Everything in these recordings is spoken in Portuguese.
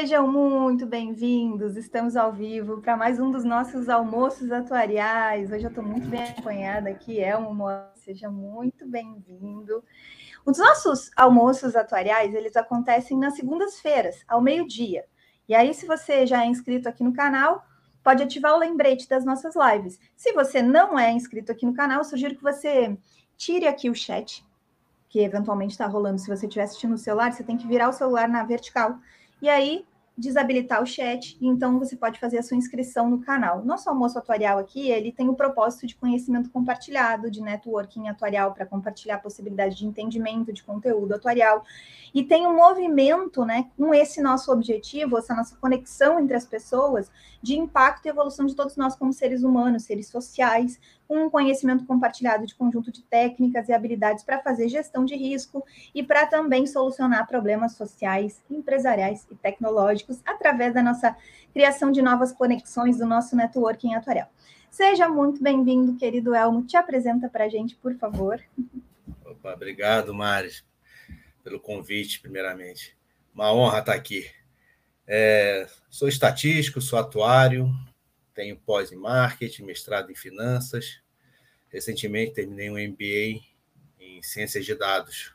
Sejam muito bem-vindos, estamos ao vivo para mais um dos nossos almoços atuariais. Hoje eu estou muito bem acompanhada aqui, Elmo, seja muito bem-vindo. Os nossos almoços atuariais, eles acontecem nas segundas-feiras, ao meio-dia. E aí, se você já é inscrito aqui no canal, pode ativar o lembrete das nossas lives. Se você não é inscrito aqui no canal, eu sugiro que você tire aqui o chat, que eventualmente está rolando. Se você estiver assistindo no celular, você tem que virar o celular na vertical. E aí, desabilitar o chat, e então você pode fazer a sua inscrição no canal. Nosso almoço atuarial aqui, ele tem o propósito de conhecimento compartilhado, de networking atuarial, para compartilhar a possibilidade de entendimento de conteúdo atuarial, e tem um movimento, né, com esse nosso objetivo, essa nossa conexão entre as pessoas, de impacto e evolução de todos nós como seres humanos, seres sociais, um conhecimento compartilhado de conjunto de técnicas e habilidades para fazer gestão de risco e para também solucionar problemas sociais, empresariais e tecnológicos através da nossa criação de novas conexões do nosso networking atuarial. Seja muito bem-vindo, querido Elmo. Te apresenta para a gente, por favor. Opa, obrigado, Maris, pelo convite, primeiramente. Uma honra estar aqui. Sou estatístico, sou atuário, tenho pós em marketing, mestrado em finanças. Recentemente terminei um MBA em ciências de dados.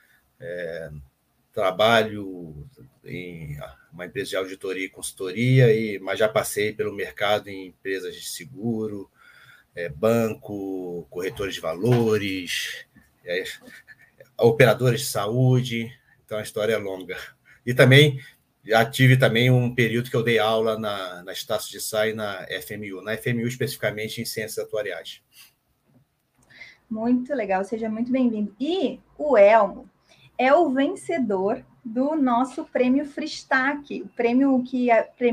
Trabalho em uma empresa de auditoria e consultoria, mas já passei pelo mercado em empresas de seguro, banco, corretores de valores, operadores de saúde. Então, a história é longa. E também já tive também um período que eu dei aula na Estácio de Sá e na FMU especificamente em ciências atuariais. Muito legal, seja muito bem-vindo. E o Elmo é o vencedor do nosso prêmio Fristac, o prêmio que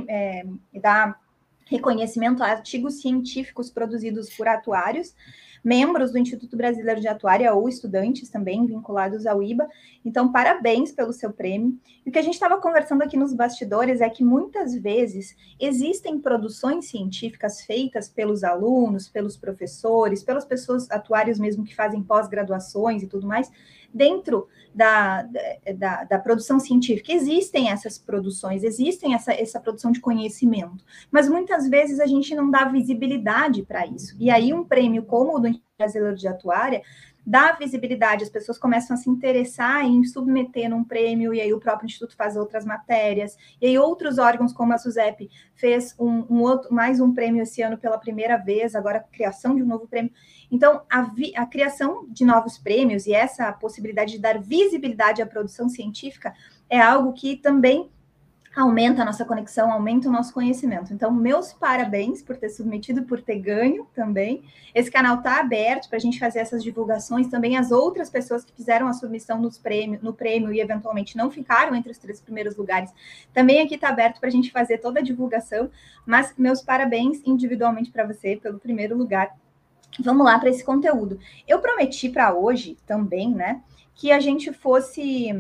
dá reconhecimento a artigos científicos produzidos por atuários, membros do Instituto Brasileiro de Atuária ou estudantes também vinculados ao IBA. Então, parabéns pelo seu prêmio. E o que a gente estava conversando aqui nos bastidores é que muitas vezes existem produções científicas feitas pelos alunos, pelos professores, pelas pessoas atuários mesmo que fazem pós-graduações e tudo mais, dentro da produção científica. Existem essas produções, existem essa produção de conhecimento, mas muitas vezes a gente não dá visibilidade para isso. E aí um prêmio como o do Instituto Brasileiro de Atuária dá visibilidade, as pessoas começam a se interessar em submeter num prêmio, e aí o próprio Instituto faz outras matérias, e aí outros órgãos, como a SUSEP, fez mais um prêmio esse ano pela primeira vez, agora a criação de um novo prêmio. Então, a criação de novos prêmios e essa possibilidade de dar visibilidade à produção científica é algo que também aumenta a nossa conexão, aumenta o nosso conhecimento. Então, meus parabéns por ter submetido, por ter ganho também. Esse canal está aberto para a gente fazer essas divulgações. Também as outras pessoas que fizeram a submissão no prêmio e eventualmente não ficaram entre os 3 primeiros lugares, também aqui está aberto para a gente fazer toda a divulgação. Mas meus parabéns individualmente para você pelo primeiro lugar. Vamos lá para esse conteúdo. Eu prometi para hoje também, né, que a gente fosse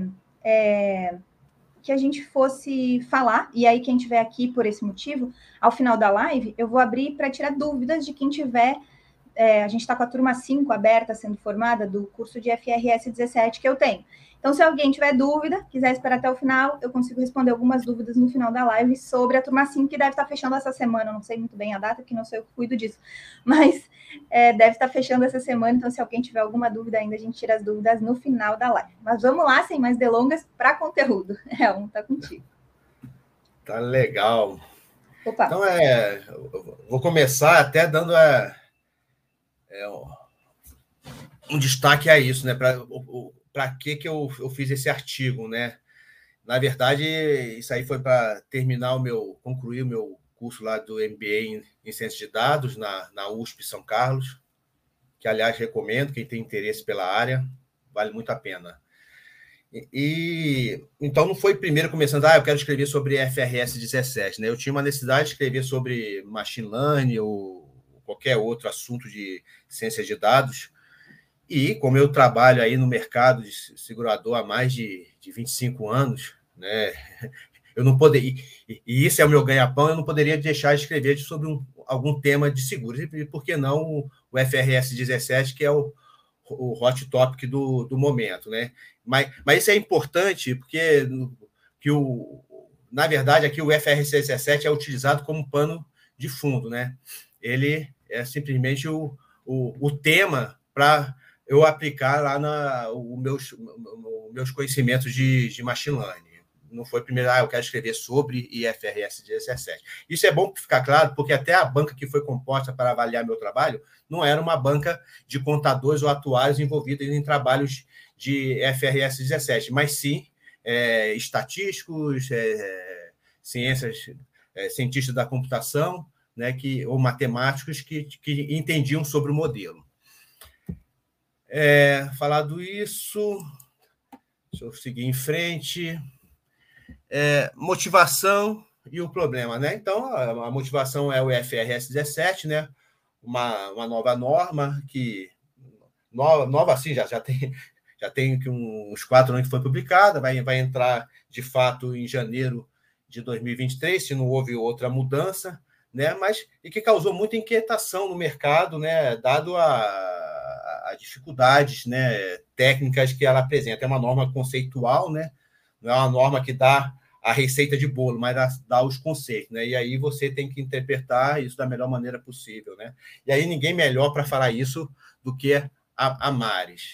falar, e aí quem tiver aqui por esse motivo, ao final da live, eu vou abrir para tirar dúvidas de quem tiver, a gente está com a turma 5 aberta, sendo formada, do curso de FRS 17 que eu tenho. Então, se alguém tiver dúvida, quiser esperar até o final, eu consigo responder algumas dúvidas no final da live sobre a turma 5, que deve estar fechando essa semana, eu não sei muito bem a data, porque não sou eu que cuido disso, mas deve estar fechando essa semana, então se alguém tiver alguma dúvida ainda, a gente tira as dúvidas no final da live. Mas vamos lá, sem mais delongas, para conteúdo. Um tá contigo. Tá legal. Opa. Então, eu vou começar até dando um destaque a isso, né? Para que eu fiz esse artigo, né? Na verdade, isso aí foi para concluir o meu curso lá do MBA em Ciências de Dados na USP São Carlos, que, aliás, recomendo, quem tem interesse pela área, vale muito a pena. Então, não foi primeiro começando, eu quero escrever sobre FRS 17, né? Eu tinha uma necessidade de escrever sobre machine learning ou qualquer outro assunto de ciências de dados, e como eu trabalho aí no mercado de segurador há mais de 25 anos, né? Eu não poderia, e isso é o meu ganha-pão, eu não poderia deixar de escrever sobre algum tema de seguros, e por que não o FRS 17, que é o hot topic do momento, né? Mas isso é importante porque na verdade, aqui o FRS 17 é utilizado como pano de fundo, né? Ele é simplesmente o tema para eu aplicar lá os meus conhecimentos de machine learning. Não foi primeiro, eu quero escrever sobre IFRS 17. Isso é bom ficar claro, porque até a banca que foi composta para avaliar meu trabalho não era uma banca de contadores ou atuários envolvidos em trabalhos de IFRS 17, mas sim estatísticos, cientistas da computação, né, ou matemáticos que entendiam sobre o modelo. Falado isso, deixa eu seguir em frente. Motivação e o problema, né? Então, a motivação é o IFRS 17, né? Uma nova norma que nova assim já tem uns 4 anos que foi publicada, vai entrar de fato em janeiro de 2023, se não houve outra mudança, né? Mas e que causou muita inquietação no mercado, né? Dado a dificuldades, né, técnicas que ela apresenta. É uma norma conceitual, né? Não é uma norma que dá a receita de bolo, mas dá os conceitos, né? E aí você tem que interpretar isso da melhor maneira possível, né? E aí ninguém melhor para falar isso do que a Maris.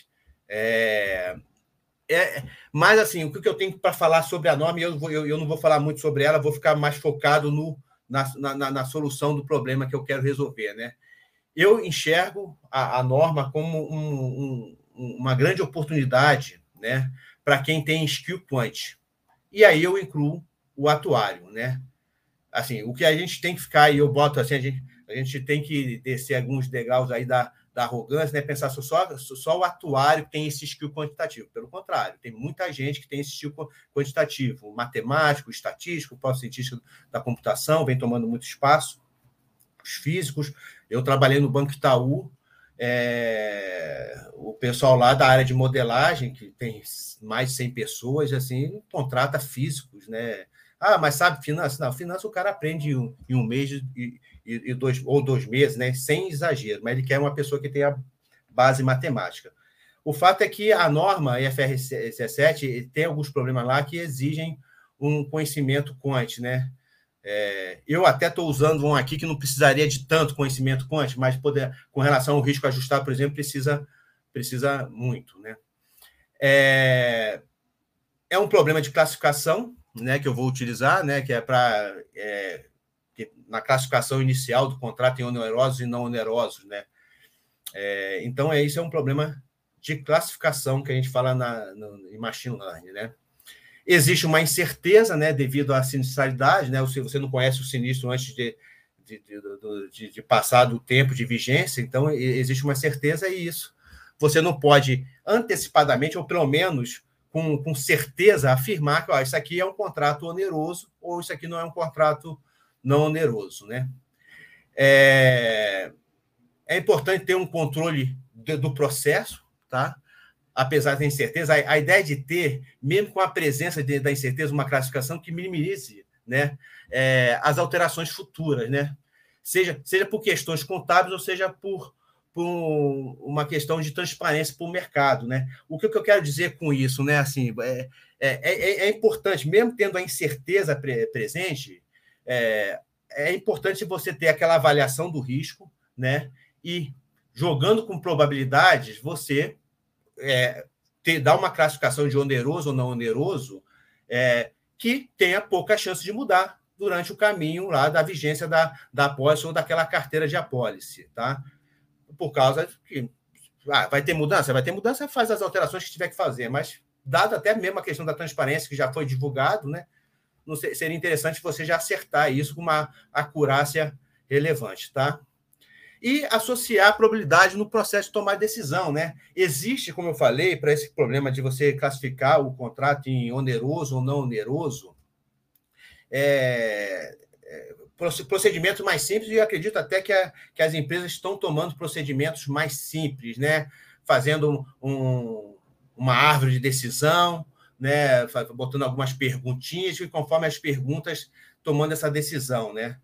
Mas, assim, o que eu tenho para falar sobre a norma, eu não vou falar muito sobre ela, vou ficar mais focado na solução do problema que eu quero resolver, né? Eu enxergo a norma como uma grande oportunidade, né, para quem tem skill point. E aí eu incluo o atuário, né? Assim, o que a gente tem que ficar, e eu boto assim, a gente tem que descer alguns degraus aí da arrogância, né? Pensar só o atuário que tem esse skill quantitativo. Pelo contrário, tem muita gente que tem esse skill quantitativo, matemático, estatístico, cientista da computação, vem tomando muito espaço, os físicos. Eu trabalhei no Banco Itaú, o pessoal lá da área de modelagem, que tem mais de 100 pessoas, assim, contrata físicos, né? Mas sabe finanças? Não, finanças o cara aprende em um mês e 2 meses, né? Sem exagero, mas ele quer uma pessoa que tenha base matemática. O fato é que a norma IFRS 17 tem alguns problemas lá que exigem um conhecimento quant, né? Eu até estou usando um aqui que não precisaria de tanto conhecimento quant, mas com relação ao risco ajustado, por exemplo, precisa muito, né? É um problema de classificação, né, que eu vou utilizar, né, que é para na classificação inicial do contrato em onerosos e não onerosos, né? Então, isso é um problema de classificação que a gente fala em machine learning, né? Existe uma incerteza, né, devido à sinistralidade, né? Se você não conhece o sinistro antes de passar do tempo de vigência, então existe uma certeza e isso você não pode antecipadamente, ou pelo menos com certeza, afirmar que isso aqui é um contrato oneroso ou isso aqui não é um contrato não oneroso, né? É importante ter um controle do processo, tá? Apesar da incerteza, a ideia de ter, mesmo com a presença da incerteza, uma classificação que minimize, né, as alterações futuras, né? Seja por questões contábeis ou seja por uma questão de transparência para o mercado, né? O que eu quero dizer com isso, né? Assim, é importante, mesmo tendo a incerteza presente, é importante você ter aquela avaliação do risco, né? E jogando com probabilidades, você dar uma classificação de oneroso ou não oneroso que tenha pouca chance de mudar durante o caminho lá da vigência da apólice ou daquela carteira de apólice, tá? Por causa que vai ter mudança, faz as alterações que tiver que fazer, mas dado até mesmo a questão da transparência que já foi divulgado, né? Não sei, seria interessante você já acertar isso com uma acurácia relevante, tá? E associar a probabilidade no processo de tomar decisão, né? Existe, como eu falei, para esse problema de você classificar o contrato em oneroso ou não oneroso, procedimentos mais simples, e eu acredito até que as empresas estão tomando procedimentos mais simples, né? Fazendo uma árvore de decisão, né? Botando algumas perguntinhas, e conforme as perguntas, tomando essa decisão, né?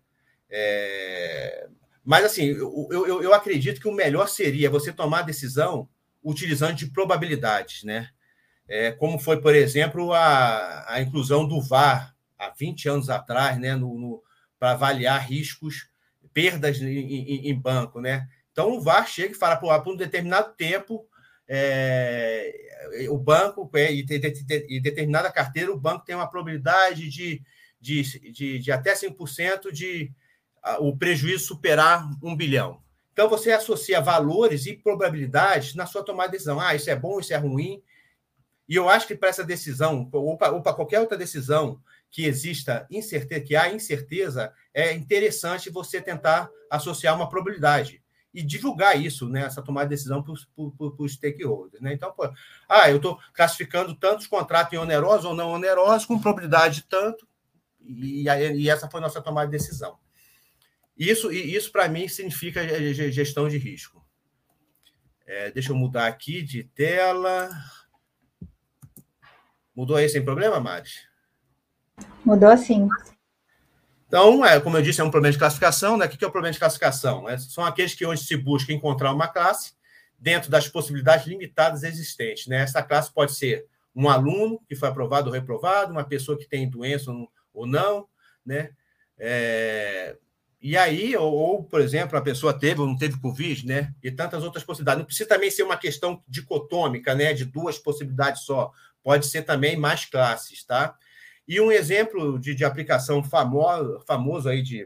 Mas, assim, eu acredito que o melhor seria você tomar a decisão utilizando de probabilidades, né? Como foi, por exemplo, a inclusão do VAR há 20 anos atrás, né, para avaliar riscos, perdas em banco, né? Então, o VaR chega e fala, por um determinado tempo, o banco, e determinada carteira, o banco tem uma probabilidade de até 5% de o prejuízo superar 1 bilhão. Então, você associa valores e probabilidades na sua tomada de decisão. Isso é bom, isso é ruim. E eu acho que para essa decisão, ou para qualquer outra decisão que exista incerteza, que há incerteza, é interessante você tentar associar uma probabilidade e divulgar isso, né, essa tomada de decisão para os stakeholders. Né? Então, eu estou classificando tantos contratos em onerosos ou não onerosos, com probabilidade de tanto, e essa foi a nossa tomada de decisão. Isso para mim, significa gestão de risco. Deixa eu mudar aqui de tela. Mudou aí sem problema, Mari? Mudou sim. Então, como eu disse, é um problema de classificação. Né? O que é o problema de classificação? São aqueles onde se busca encontrar uma classe dentro das possibilidades limitadas existentes. Né? Essa classe pode ser um aluno que foi aprovado ou reprovado, uma pessoa que tem doença ou não, né? E aí, ou, por exemplo, a pessoa teve ou não teve Covid, né? E tantas outras possibilidades. Não precisa também ser uma questão dicotômica, né? De duas possibilidades só. Pode ser também mais classes, tá? E um exemplo de aplicação famoso aí de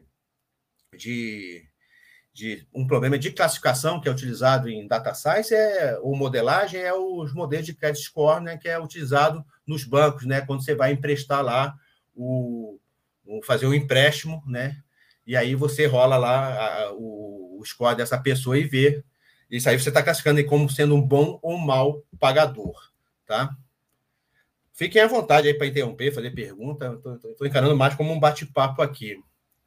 um problema de classificação que é utilizado em data science ou modelagem os modelos de credit score, né? Que é utilizado nos bancos, né? Quando você vai emprestar lá fazer um empréstimo, né? E aí você rola lá o score dessa pessoa e vê. Isso aí você está classificando como sendo um bom ou um mau pagador, tá? Fiquem à vontade aí para interromper, fazer pergunta. Estou encarando mais como um bate-papo aqui.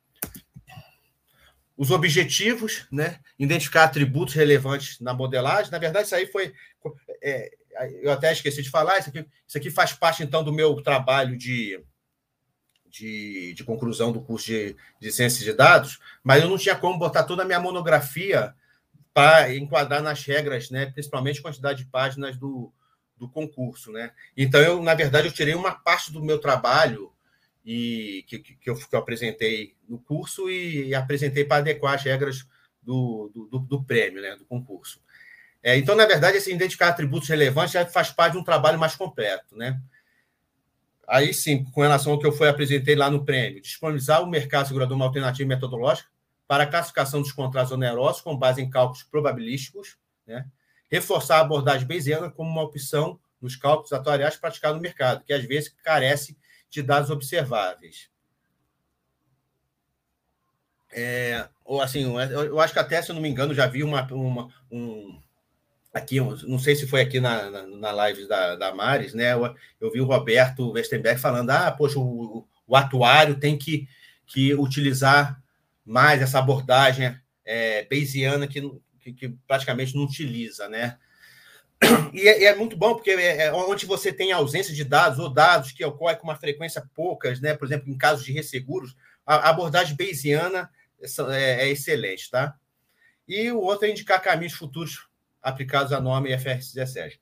Os objetivos, né? Identificar atributos relevantes na modelagem. Na verdade, isso aí foi... eu até esqueci de falar. Isso aqui faz parte, então, do meu trabalho de conclusão do curso de Ciências de Dados, mas eu não tinha como botar toda a minha monografia para enquadrar nas regras, né? Principalmente a quantidade de páginas do concurso, né? Então, na verdade, eu tirei uma parte do meu trabalho que eu apresentei no curso e apresentei para adequar as regras do prêmio, né? Do concurso. Então, na verdade, identificar atributos relevantes já faz parte de um trabalho mais completo, né? Aí sim, com relação ao que eu apresentei lá no prêmio, disponibilizar o mercado segurador uma alternativa metodológica para a classificação dos contratos onerosos com base em cálculos probabilísticos, né? Reforçar a abordagem bayesiana como uma opção nos cálculos atuariais praticados no mercado, que às vezes carece de dados observáveis. Eu acho que até, se eu não me engano, já vi aqui, não sei se foi aqui na live da Maris, né? Eu vi o Roberto Westenberg falando, poxa, o atuário tem que utilizar mais essa abordagem bayesiana que praticamente não utiliza, né? E é muito bom, porque onde você tem ausência de dados, ou dados que ocorrem com uma frequência poucas, né? Por exemplo, em casos de resseguros, a abordagem bayesiana é excelente, tá? E o outro é indicar caminhos futuros aplicados à norma IFRS 17.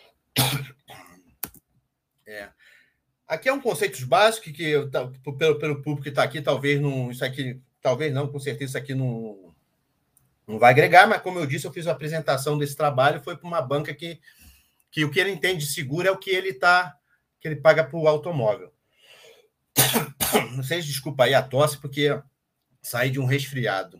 Aqui é um conceito básico que pelo público que está aqui, talvez não, com certeza isso aqui não vai agregar, mas como eu disse, eu fiz a apresentação desse trabalho, foi para uma banca que o que ele entende de seguro é o que ele paga para o automóvel. Não sei, desculpa aí a tosse, porque saí de um resfriado.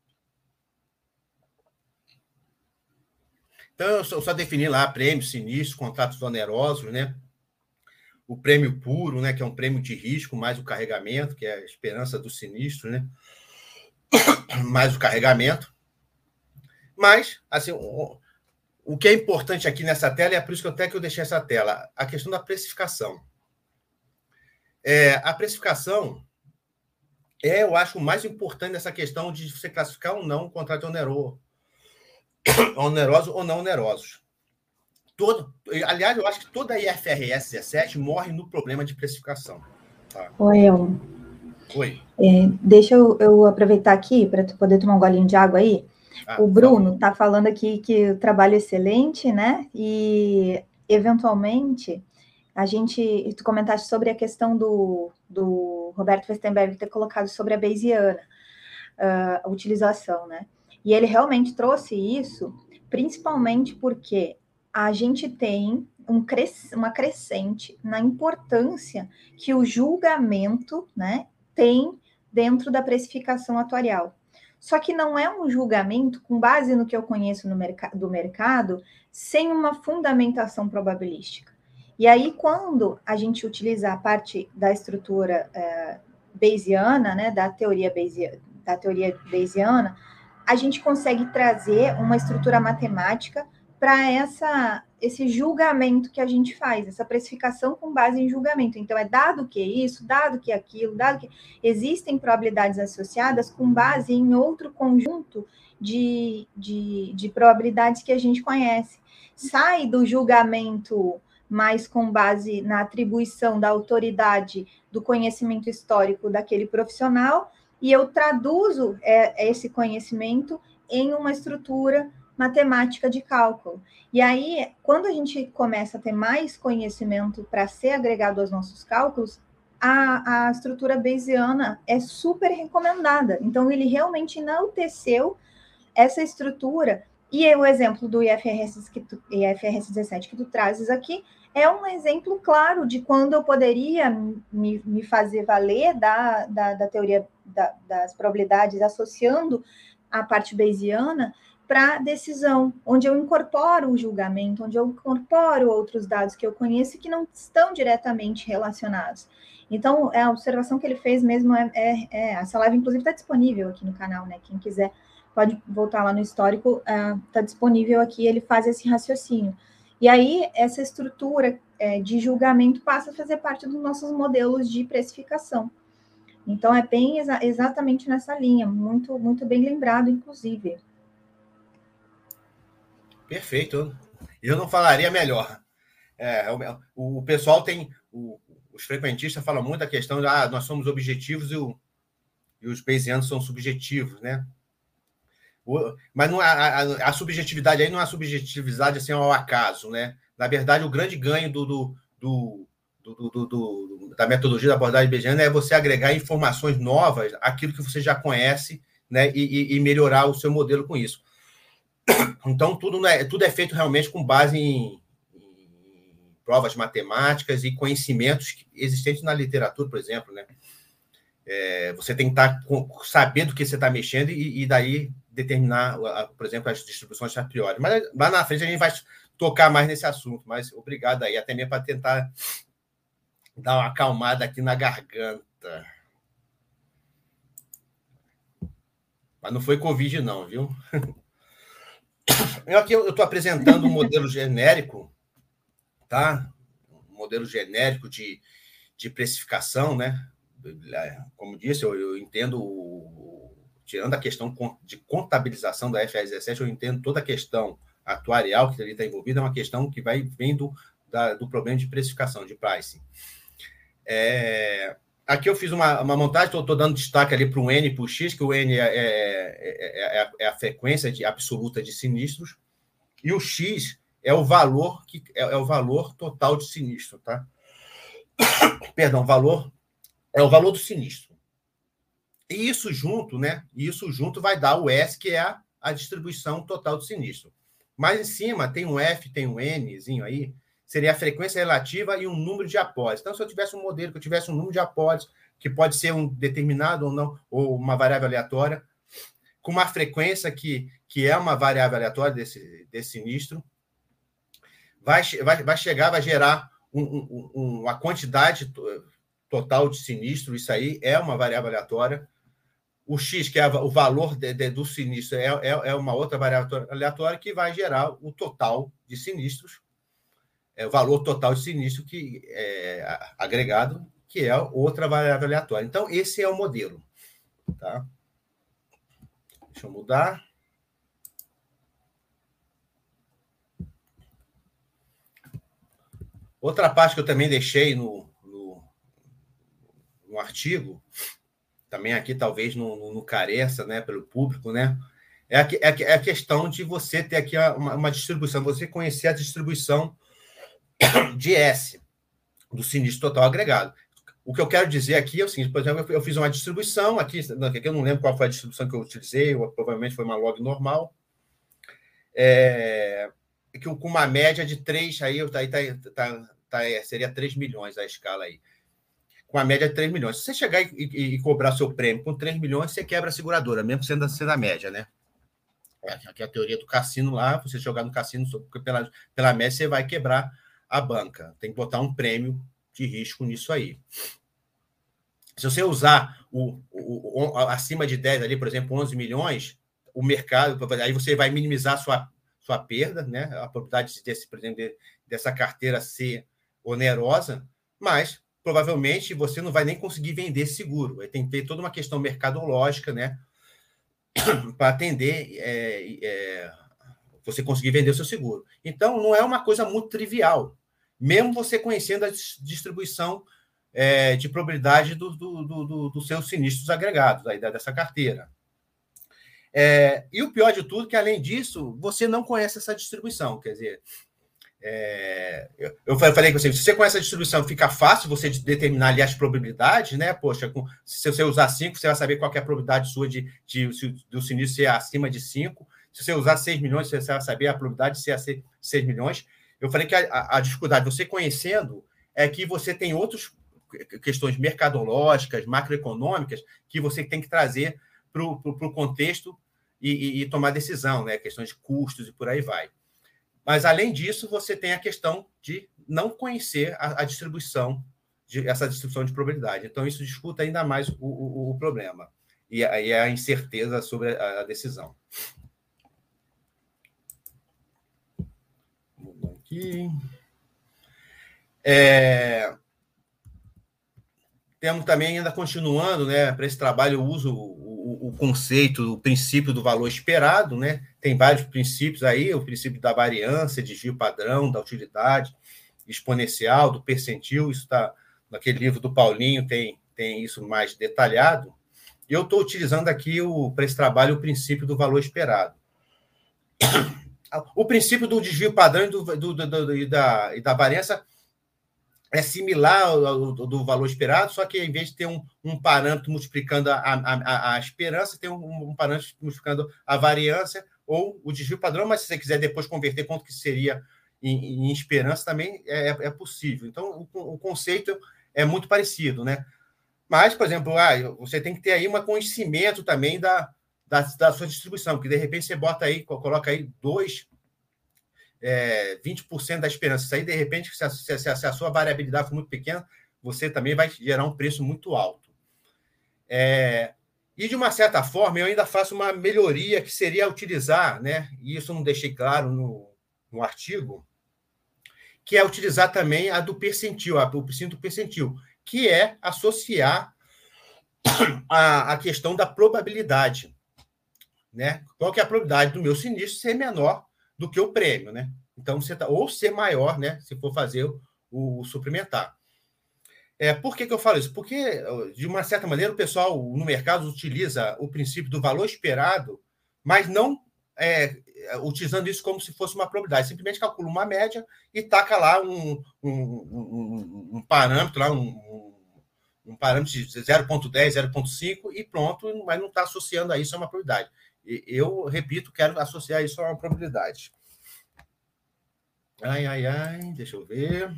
Então, eu só defini lá prêmios, sinistros, contratos onerosos, né? O prêmio puro, né? Que é um prêmio de risco, mais o carregamento, que é a esperança do sinistro, né? Mais o carregamento. Mas, assim, o que é importante aqui nessa tela, é por isso que eu deixei essa tela, a questão da precificação. A precificação eu acho o mais importante nessa questão de você classificar ou não um contrato oneroso ou não onerosos. Aliás, eu acho que toda a IFRS 17 morre no problema de precificação. Tá? Oi, Elmo. Oi. Deixa eu aproveitar aqui para tu poder tomar um golinho de água aí. O Bruno está falando aqui que o trabalho é excelente, né? E, eventualmente, Tu comentaste sobre a questão do Roberto Westenberg ter colocado sobre a Bayesiana, a utilização, né? E ele realmente trouxe isso, principalmente porque a gente tem uma crescente na importância que o julgamento, né, tem dentro da precificação atuarial. Só que não é um julgamento com base no que eu conheço do mercado, sem uma fundamentação probabilística. E aí, quando a gente utiliza a parte da estrutura Bayesiana, né, da teoria Bayesiana, a gente consegue trazer uma estrutura matemática para esse julgamento que a gente faz, essa precificação com base em julgamento. Então, é dado que isso, dado que aquilo, dado que... Existem probabilidades associadas com base em outro conjunto de probabilidades que a gente conhece. Sai do julgamento mais com base na atribuição da autoridade do conhecimento histórico daquele profissional, e eu traduzo esse conhecimento em uma estrutura matemática de cálculo. E aí, quando a gente começa a ter mais conhecimento para ser agregado aos nossos cálculos, a estrutura bayesiana é super recomendada. Então, ele realmente enalteceu essa estrutura. E o exemplo do IFRS 17 que tu trazes aqui é um exemplo claro de quando eu poderia me fazer valer da teoria das probabilidades, associando a parte bayesiana para decisão, onde eu incorporo o julgamento, onde eu incorporo outros dados que eu conheço e que não estão diretamente relacionados. Então, a observação que ele fez mesmo essa live, inclusive, está disponível aqui no canal, né? Quem quiser pode voltar lá no histórico, está disponível aqui, ele faz esse raciocínio. E aí, essa estrutura de julgamento passa a fazer parte dos nossos modelos de precificação. Então, é bem exatamente nessa linha, muito, muito bem lembrado, inclusive. Perfeito. Eu não falaria melhor. O pessoal tem... Os frequentistas falam muito da questão de nós somos objetivos e os bayesianos são subjetivos, né? Mas não, a subjetividade aí não é a subjetividade assim, ao acaso, né? Na verdade, o grande ganho da metodologia da abordagem bayesiana é você agregar informações novas àquilo que você já conhece, né? E melhorar o seu modelo com isso. Então, tudo é feito realmente com base em provas matemáticas e conhecimentos existentes na literatura, por exemplo, né? Você tem que saber do que você está mexendo e daí determinar, por exemplo, as distribuições a priori. Mas lá na frente a gente vai tocar mais nesse assunto, mas obrigado aí, até mesmo para tentar dar uma acalmada aqui na garganta. Mas não foi Covid não, viu? Aqui eu estou apresentando um modelo genérico, tá? Um modelo genérico de precificação, né? Como disse, eu entendo, tirando a questão de contabilização da IFRS 17, eu entendo toda a questão atuarial que ali está envolvida, é uma questão que vem do problema de precificação, de pricing. Aqui eu fiz uma montagem, estou dando destaque ali para o N e para o X, que o N é a frequência absoluta de sinistros, e o X é o valor o valor total de sinistro, tá? Perdão, é o valor do sinistro. E isso junto, né? Isso junto vai dar o S, que é a distribuição total do sinistro. Mais em cima tem um F, tem um Nzinho aí, seria a frequência relativa e um número de apólices. Então, se eu tivesse um modelo que eu tivesse um número de apólices, que pode ser um determinado ou não, ou uma variável aleatória, com uma frequência que é uma variável aleatória desse sinistro, vai gerar uma quantidade total de sinistro, isso aí é uma variável aleatória. O X, que é o valor do sinistro, é uma outra variável aleatória que vai gerar o total de sinistros, o valor total de sinistro que é agregado, que é outra variável aleatória. Então, esse é o modelo. Tá? Deixa eu mudar. Outra parte que eu também deixei no artigo, também aqui talvez não careça, né, pelo público, né, é a questão de você ter aqui uma distribuição, você conhecer a distribuição de S. do sinistro total agregado. O que eu quero dizer aqui é o seguinte, por exemplo, eu fiz uma distribuição, aqui eu não lembro qual foi a distribuição que eu utilizei, provavelmente foi uma log normal, que com uma média de 3, seria 3 milhões a escala aí. Com a média de 3 milhões. Se você chegar e cobrar seu prêmio com 3 milhões, você quebra a seguradora, mesmo sendo a média, né? Aqui é a teoria do cassino lá, você jogar no cassino, pela média, você vai quebrar a banca. Tem que botar um prêmio de risco nisso aí. Se você usar acima de 10 ali, por exemplo, 11 milhões, o mercado, aí você vai minimizar a sua perda, né? A probabilidade por exemplo, dessa carteira ser onerosa, mas provavelmente você não vai nem conseguir vender seguro. Tem que ter toda uma questão mercadológica, né? Para atender você conseguir vender o seu seguro. Então, não é uma coisa muito trivial, mesmo você conhecendo a distribuição de probabilidade dos seus sinistros agregados, aí, dessa carteira. E o pior de tudo é que, além disso, você não conhece essa distribuição. Quer dizer, eu falei que se você conhece a distribuição, fica fácil você determinar ali as probabilidades, né? Poxa, se você usar 5, você vai saber qual é a probabilidade sua do sinistro ser acima de 5. Se você usar 6 milhões, você vai saber a probabilidade de ser 6 milhões. Eu falei que a dificuldade, você conhecendo, é que você tem outras questões mercadológicas, macroeconômicas, que você tem que trazer para o contexto e tomar decisão, né? Questões de custos e por aí vai. Mas, além disso, você tem a questão de não conhecer a distribuição, essa distribuição de probabilidade. Então, isso dificulta ainda mais o problema e a incerteza sobre a decisão. Vamos aqui. Temos também, ainda continuando, né, para esse trabalho, eu uso o conceito, o princípio do valor esperado, né? Tem vários princípios aí, o princípio da variância, desvio padrão, da utilidade exponencial, do percentil, isso está naquele livro do Paulinho, tem isso mais detalhado. E eu estou utilizando aqui, para esse trabalho, o princípio do valor esperado. O princípio do desvio padrão e da variância é similar ao do valor esperado, só que, em vez de ter um parâmetro multiplicando a esperança, tem um parâmetro multiplicando a variância ou o desvio padrão, mas se você quiser depois converter quanto que seria em esperança, também é possível. Então, o conceito é muito parecido, né? Mas, por exemplo, você tem que ter aí um conhecimento também da sua distribuição, porque, de repente, você coloca aí 20% da esperança. Isso aí, de repente, se a sua variabilidade for muito pequena, você também vai gerar um preço muito alto. E, de uma certa forma, eu ainda faço uma melhoria que seria utilizar, né? E isso eu não deixei claro no artigo, que é utilizar também a do percentil, o princípio do percentil, que é associar a questão da probabilidade, né? Qual que é a probabilidade do meu sinistro ser menor do que o prêmio, né? Então, ou ser maior, né? Se for fazer o suplementar. Por que eu falo isso? Porque, de uma certa maneira, o pessoal no mercado utiliza o princípio do valor esperado, mas não utilizando isso como se fosse uma probabilidade. Simplesmente calcula uma média e taca lá um parâmetro, lá um parâmetro de 0,10, 0,5 e pronto, mas não está associando a isso a uma probabilidade. Eu, repito, quero associar isso a uma probabilidade. Deixa eu ver.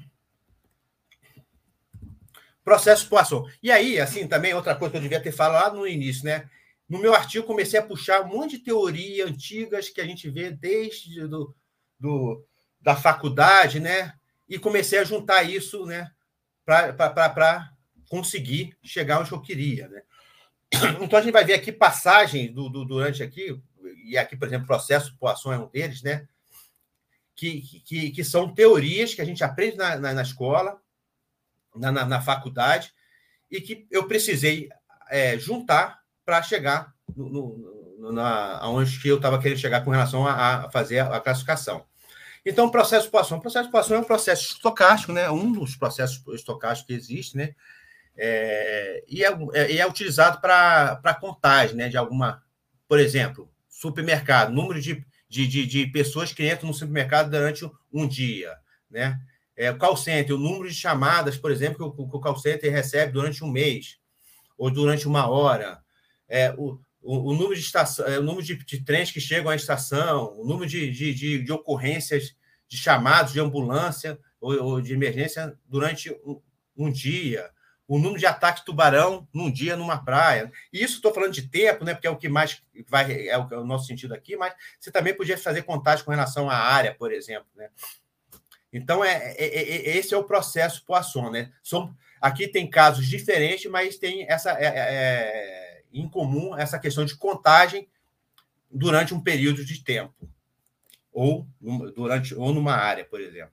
Processo de poação. E aí, assim, também outra coisa que eu devia ter falado no início, né? No meu artigo, comecei a puxar um monte de teoria antigas que a gente vê desde da faculdade, né? E comecei a juntar isso, né? Para conseguir chegar onde eu queria, né? Então, a gente vai ver aqui passagens durante aqui, e aqui, por exemplo, processo de poação é um deles, né? Que são teorias que a gente aprende na escola, na faculdade, e que eu precisei juntar para chegar aonde eu estava querendo chegar com relação a fazer a classificação. Então, o processo de poação. O processo de poação é um processo estocástico, né? Um dos processos estocásticos que existe, né? E é utilizado para contagem, né? De alguma, por exemplo, supermercado, número de pessoas que entram no supermercado durante um dia, né? o call center, o número de chamadas, por exemplo, que o call center recebe durante um mês ou durante uma hora, o número de estação, o número de trens que chegam à estação, o número de ocorrências de chamados de ambulância ou de emergência durante um dia, o número de ataque tubarão num dia numa praia. E isso estou falando de tempo, né, porque é o que mais é o nosso sentido aqui, mas você também podia fazer contagem com relação à área, por exemplo, né? Então, esse é o processo Poisson, né? Aqui tem casos diferentes, mas tem em comum essa questão de contagem durante um período de tempo, ou numa área, por exemplo.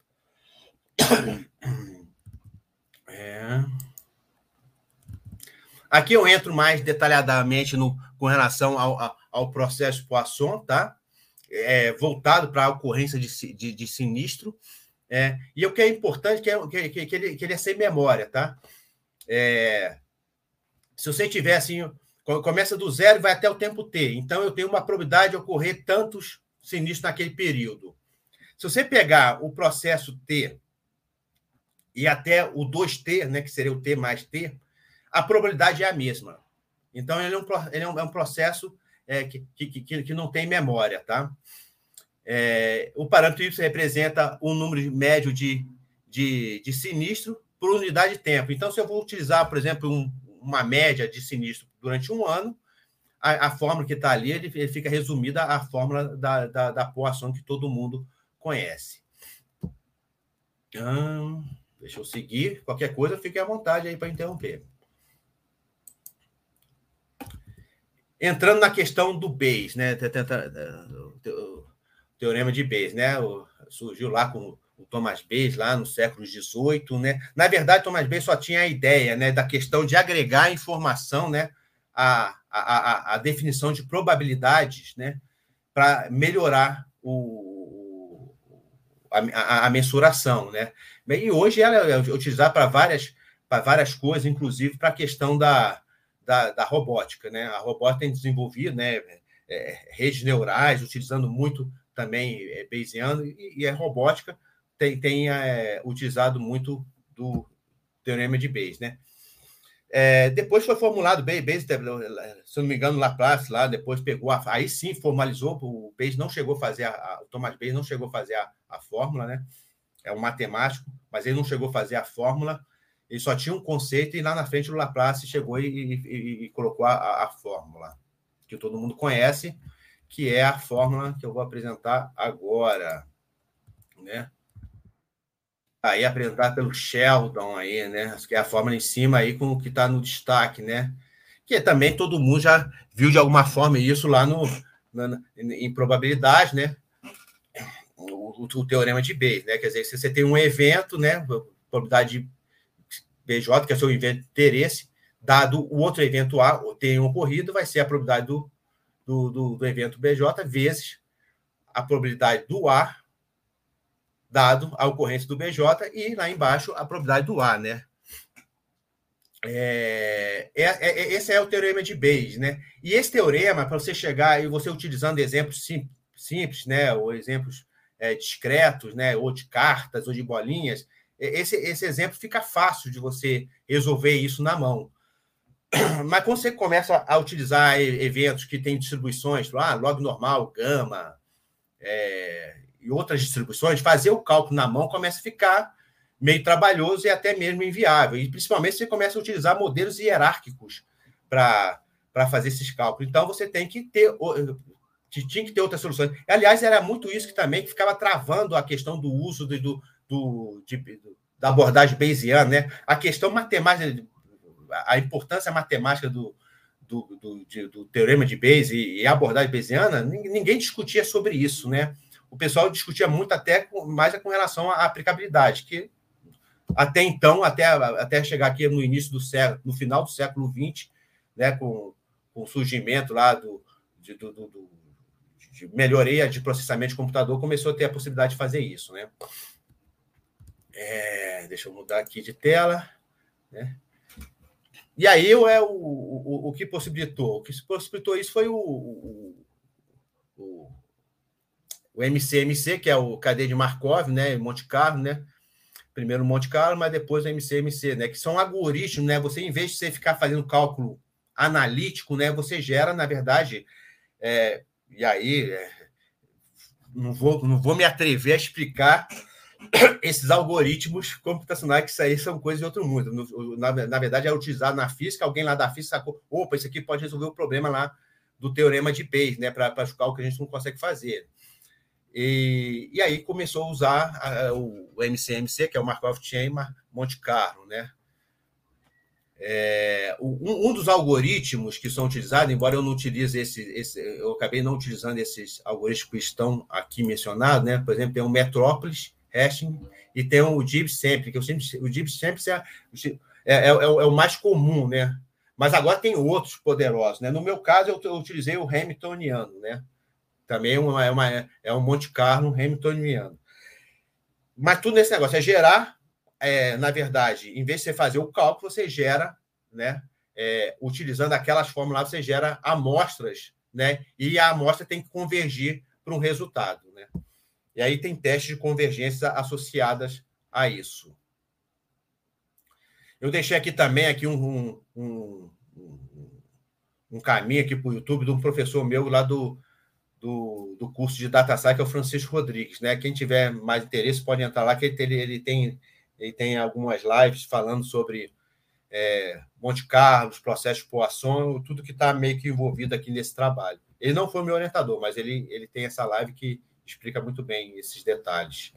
Aqui eu entro mais detalhadamente com relação ao processo Poisson, tá? Voltado para a ocorrência de sinistro. E o que é importante que ele é sem memória, tá? Se você tiver assim, começa do zero e vai até o tempo T. Então, eu tenho uma probabilidade de ocorrer tantos sinistros naquele período. Se você pegar o processo T e até o 2T, né, que seria o T mais T, a probabilidade é a mesma. Então, ele é um processo que não tem memória, tá? O parâmetro Y representa o número médio de sinistro por unidade de tempo. Então, se eu vou utilizar, por exemplo, uma média de sinistro durante um ano, a fórmula que está ali ele fica resumida à fórmula da Poisson que todo mundo conhece. Deixa eu seguir. Qualquer coisa, fique à vontade aí para interromper. Entrando na questão do Bayes, né? Teorema de Bayes, né? Surgiu lá com o Thomas Bayes, lá no século XVIII, né? Na verdade, Thomas Bayes só tinha a ideia, né, da questão de agregar informação, né, a definição de probabilidades, né, para melhorar a mensuração, né? E hoje ela é utilizada para várias coisas, inclusive para a questão da robótica, né? A robótica tem desenvolvido, né, redes neurais, utilizando muito também Bayesiano, e a robótica tem utilizado muito do teorema de Bayes, né? Depois foi formulado Bayes, se não me engano, Laplace lá depois pegou, aí sim formalizou. O Bayes não chegou a fazer o Thomas Bayes não chegou a fazer a fórmula, né? É um matemático, mas ele não chegou a fazer a fórmula. Ele só tinha um conceito, e lá na frente o Laplace chegou e colocou a fórmula que todo mundo conhece, que é a fórmula que eu vou apresentar agora, né? Aí apresentada pelo Sheldon aí, né? Que é a fórmula em cima aí com o que está no destaque, né? Que também todo mundo já viu de alguma forma isso lá em probabilidade, né? O teorema de Bayes, né? Quer dizer, se você tem um evento, né? Probabilidade de BJ, que é o seu evento de interesse, dado o outro evento A tem ocorrido, vai ser a probabilidade do evento BJ vezes a probabilidade do A, dado a ocorrência do BJ, e lá embaixo a probabilidade do A, né? Esse é o teorema de Bayes, né? E esse teorema, para você chegar e você utilizando exemplos simples, né? Ou exemplos discretos, né? Ou de cartas, ou de bolinhas, esse exemplo fica fácil de você resolver isso na mão. Mas quando você começa a utilizar eventos que têm distribuições, log normal, gama, e outras distribuições, fazer o cálculo na mão começa a ficar meio trabalhoso e até mesmo inviável. E principalmente se você começa a utilizar modelos hierárquicos para fazer esses cálculos. Então, você tinha que ter outras soluções. Aliás, era muito isso que ficava travando a questão do uso da abordagem bayesiana, né? A questão matemática, a importância matemática do teorema de Bayes e a abordagem bayesiana, ninguém discutia sobre isso, né? O pessoal discutia muito mais com relação à aplicabilidade, que até então, até chegar aqui no início do século, no final do século XX, né, com o surgimento lá de melhoria de processamento de computador, começou a ter a possibilidade de fazer isso, né? Deixa eu mudar aqui de tela, né? E aí o que possibilitou? O que possibilitou isso foi o MCMC, que é o cadeia de Markov, né, em Monte Carlo, né? primeiro o Monte Carlo, mas depois o MCMC, né? Que são algoritmos, né? Você, em vez de você ficar fazendo cálculo analítico, né? Você gera, na verdade, e aí não vou me atrever a explicar esses algoritmos computacionais, que isso aí são coisas de outro mundo. Na verdade, é utilizado na física, alguém lá da física sacou, opa, isso aqui pode resolver o problema lá do teorema de Bayes, né? Para explicar o que a gente não consegue fazer. E aí começou a usar o MCMC, que é o Markov Chain Monte Carlo, né? Um dos algoritmos que são utilizados, embora eu não utilize eu acabei não utilizando esses algoritmos que estão aqui mencionados, né? Por exemplo, tem o Metropolis Hashing e tem o DeepSample, que o DeepSample é o mais comum, né? Mas agora tem outros poderosos, né? No meu caso, eu utilizei o Hamiltoniano, né? Também é um Monte Carlo Hamiltoniano. Mas tudo nesse negócio é gerar, na verdade, em vez de você fazer o cálculo, você gera, né? Utilizando aquelas fórmulas, você gera amostras, né? E a amostra tem que convergir para um resultado, né? E aí tem testes de convergência associadas a isso. Eu deixei aqui também um caminho aqui para o YouTube de um professor meu lá do curso de Data Science, que é o Francisco Rodrigues, né? Quem tiver mais interesse pode entrar lá, que ele tem algumas lives falando sobre Monte Carlo, processos de Poisson, tudo que está meio que envolvido aqui nesse trabalho. Ele não foi meu orientador, mas ele tem essa live que explica muito bem esses detalhes.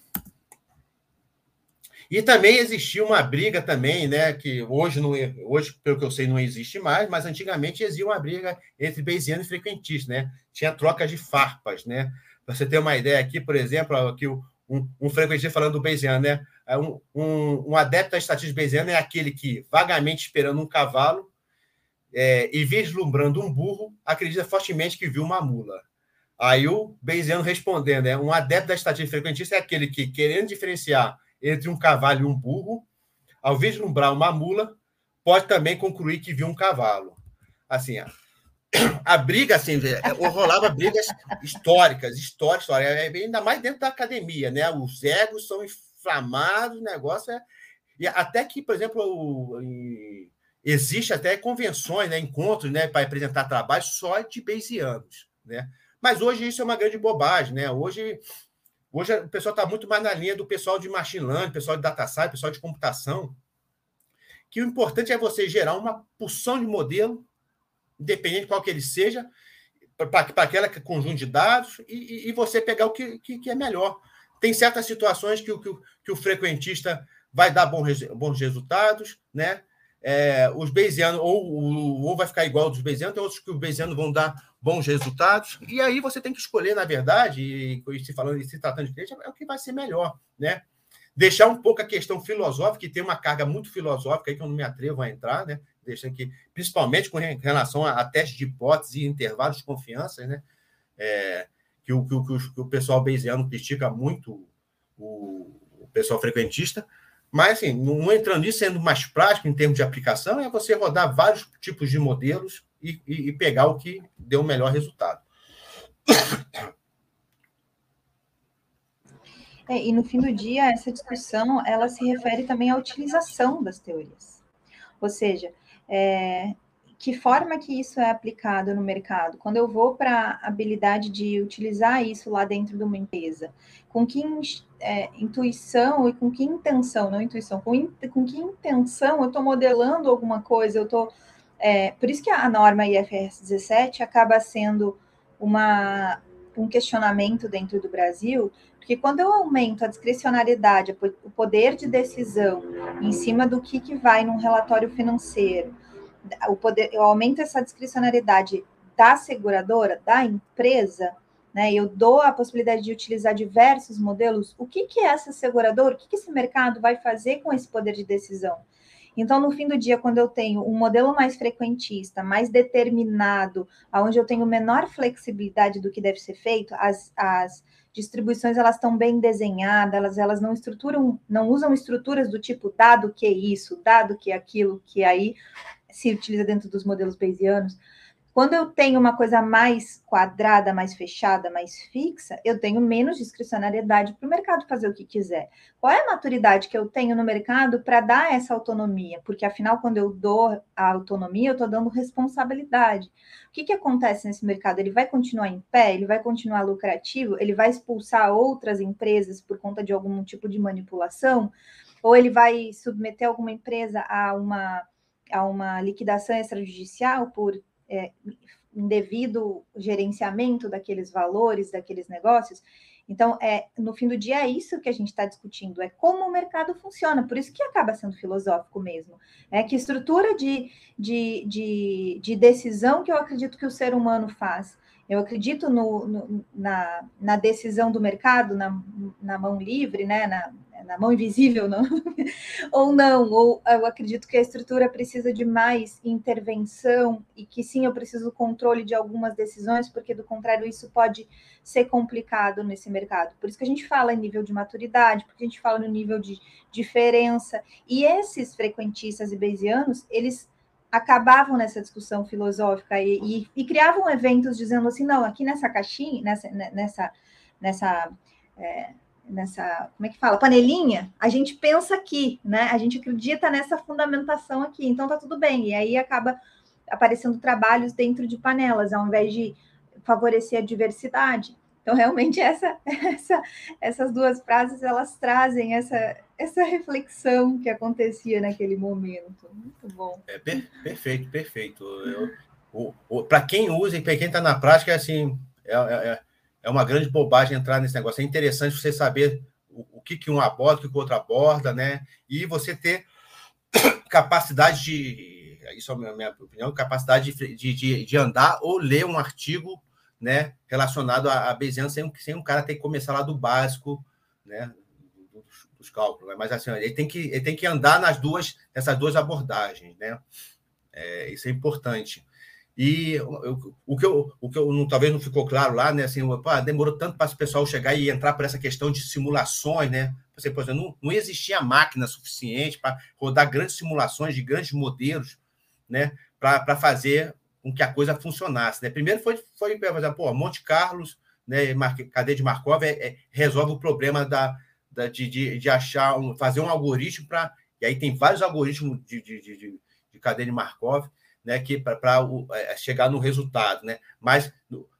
E também existia uma briga também, né, que hoje, pelo que eu sei, não existe mais, mas antigamente existia uma briga entre bayesiano e frequentista, né? Tinha trocas de farpas, né? Para você ter uma ideia aqui, por exemplo, aqui um frequentista falando do bayesiano, né? Um adepto da estatística bayesiana é aquele que, vagamente esperando um cavalo e vislumbrando um burro, acredita fortemente que viu uma mula. Aí o bayesiano respondendo, né? Um adepto da estatística frequentista é aquele que, querendo diferenciar entre um cavalo e um burro, ao vislumbrar uma mula, pode também concluir que viu um cavalo. Assim, a briga, assim, rolava brigas históricas, ainda mais dentro da academia, né? Os egos são inflamados, o negócio E até que, por exemplo, existe até convenções, né? Encontros, né? Para apresentar trabalhos só de bayesianos, né? Mas hoje isso é uma grande bobagem, né? Hoje o pessoal está muito mais na linha do pessoal de machine learning, pessoal de data science, pessoal de computação, que o importante é você gerar uma porção de modelo, independente de qual que ele seja, para aquele conjunto de dados, e você pegar o que é melhor. Tem certas situações que o frequentista vai dar bons resultados, né? Os bayesianos ou vai ficar igual dos bayesianos, tem outros que os bayesianos vão dar bons resultados, e aí você tem que escolher, na verdade, e se tratando de cliente, é o que vai ser melhor, né? Deixar um pouco a questão filosófica, que tem uma carga muito filosófica aí que eu não me atrevo a entrar, né? Deixando que, principalmente com relação a testes de hipóteses e intervalos de confiança, né? Que o pessoal bayesiano critica muito o pessoal frequentista. Mas, assim, não entrando nisso, sendo mais prático em termos de aplicação, é você rodar vários tipos de modelos e pegar o que deu o melhor resultado. E no fim do dia, essa discussão, ela se refere também à utilização das teorias. Ou seja, que forma que isso é aplicado no mercado? Quando eu vou para a habilidade de utilizar isso lá dentro de uma empresa, com que intuição e com que intenção, não intuição, com que intenção eu estou modelando alguma coisa, por isso que a norma IFRS 17 acaba sendo um questionamento dentro do Brasil, porque quando eu aumento a discricionariedade, o poder de decisão em cima do que vai num relatório financeiro, eu aumento essa discricionariedade da seguradora, da empresa, né? Eu dou a possibilidade de utilizar diversos modelos. O que é essa seguradora? O que esse mercado vai fazer com esse poder de decisão? Então, no fim do dia, quando eu tenho um modelo mais frequentista, mais determinado, onde eu tenho menor flexibilidade do que deve ser feito, as distribuições elas estão bem desenhadas, elas não usam estruturas do tipo dado que isso, dado que aquilo, que aí se utiliza dentro dos modelos bayesianos. Quando eu tenho uma coisa mais quadrada, mais fechada, mais fixa, eu tenho menos discricionariedade para o mercado fazer o que quiser. Qual é a maturidade que eu tenho no mercado para dar essa autonomia? Porque, afinal, quando eu dou a autonomia, eu estou dando responsabilidade. O que acontece nesse mercado? Ele vai continuar em pé? Ele vai continuar lucrativo? Ele vai expulsar outras empresas por conta de algum tipo de manipulação? Ou ele vai submeter alguma empresa a uma liquidação extrajudicial por indevido gerenciamento daqueles valores, daqueles negócios? Então, no fim do dia, é isso que a gente está discutindo, é como o mercado funciona, por isso que acaba sendo filosófico mesmo. Que estrutura de decisão que eu acredito que o ser humano faz. Eu acredito na decisão do mercado, na mão livre, né? Na mão invisível, não? Ou não, ou eu acredito que a estrutura precisa de mais intervenção e que sim, eu preciso do controle de algumas decisões, porque do contrário isso pode ser complicado nesse mercado. Por isso que a gente fala em nível de maturidade, porque a gente fala no nível de diferença, e esses frequentistas e bayesianos, eles acabavam nessa discussão filosófica e criavam eventos dizendo assim, não, aqui nessa caixinha, nessa como é que fala? Panelinha, a gente pensa aqui, né? A gente acredita nessa fundamentação aqui, então tá tudo bem. E aí acaba aparecendo trabalhos dentro de panelas, ao invés de favorecer a diversidade. Então, realmente, essas duas frases, elas trazem essa reflexão que acontecia naquele momento. Muito bom. Perfeito, perfeito. Para quem usa e para quem está na prática, assim, é uma grande bobagem entrar nesse negócio. É interessante você saber o que um aborda, o que o outro aborda, né? E você ter capacidade isso é a minha opinião, capacidade de andar ou ler um artigo, né, relacionado a Bayesian sem um cara ter que começar lá do básico, né, dos cálculos. Né? Mas assim, ele tem que andar nessas duas abordagens, né? Isso é importante. E o que eu talvez não ficou claro lá, né? Assim, demorou tanto para o pessoal chegar e entrar por essa questão de simulações, né? Você, por exemplo, não existia máquina suficiente para rodar grandes simulações de grandes modelos, né? Para fazer com que a coisa funcionasse, né? Primeiro foi por exemplo, Monte Carlos, né? Cadeia de Markov resolve o problema de achar fazer um algoritmo para. E aí tem vários algoritmos de cadeia de Markov, né, que para chegar no resultado, né? Mas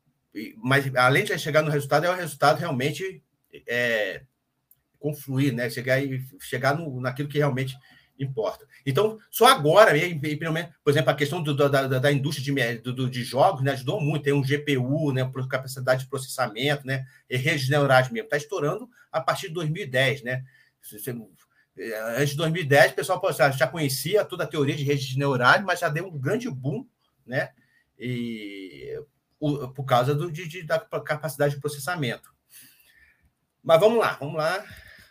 além de chegar no resultado, é o resultado realmente confluir, né? Chegar naquilo que realmente importa. Então, só agora, por exemplo, a questão da indústria de jogos, né, ajudou muito. Tem um GPU, né, por capacidade de processamento, né, e redes neurais mesmo. Está estourando a partir de 2010, né? Antes de 2010, o pessoal já conhecia toda a teoria de redes neurais, mas já deu um grande boom, né? Por causa da capacidade de processamento. Mas vamos lá.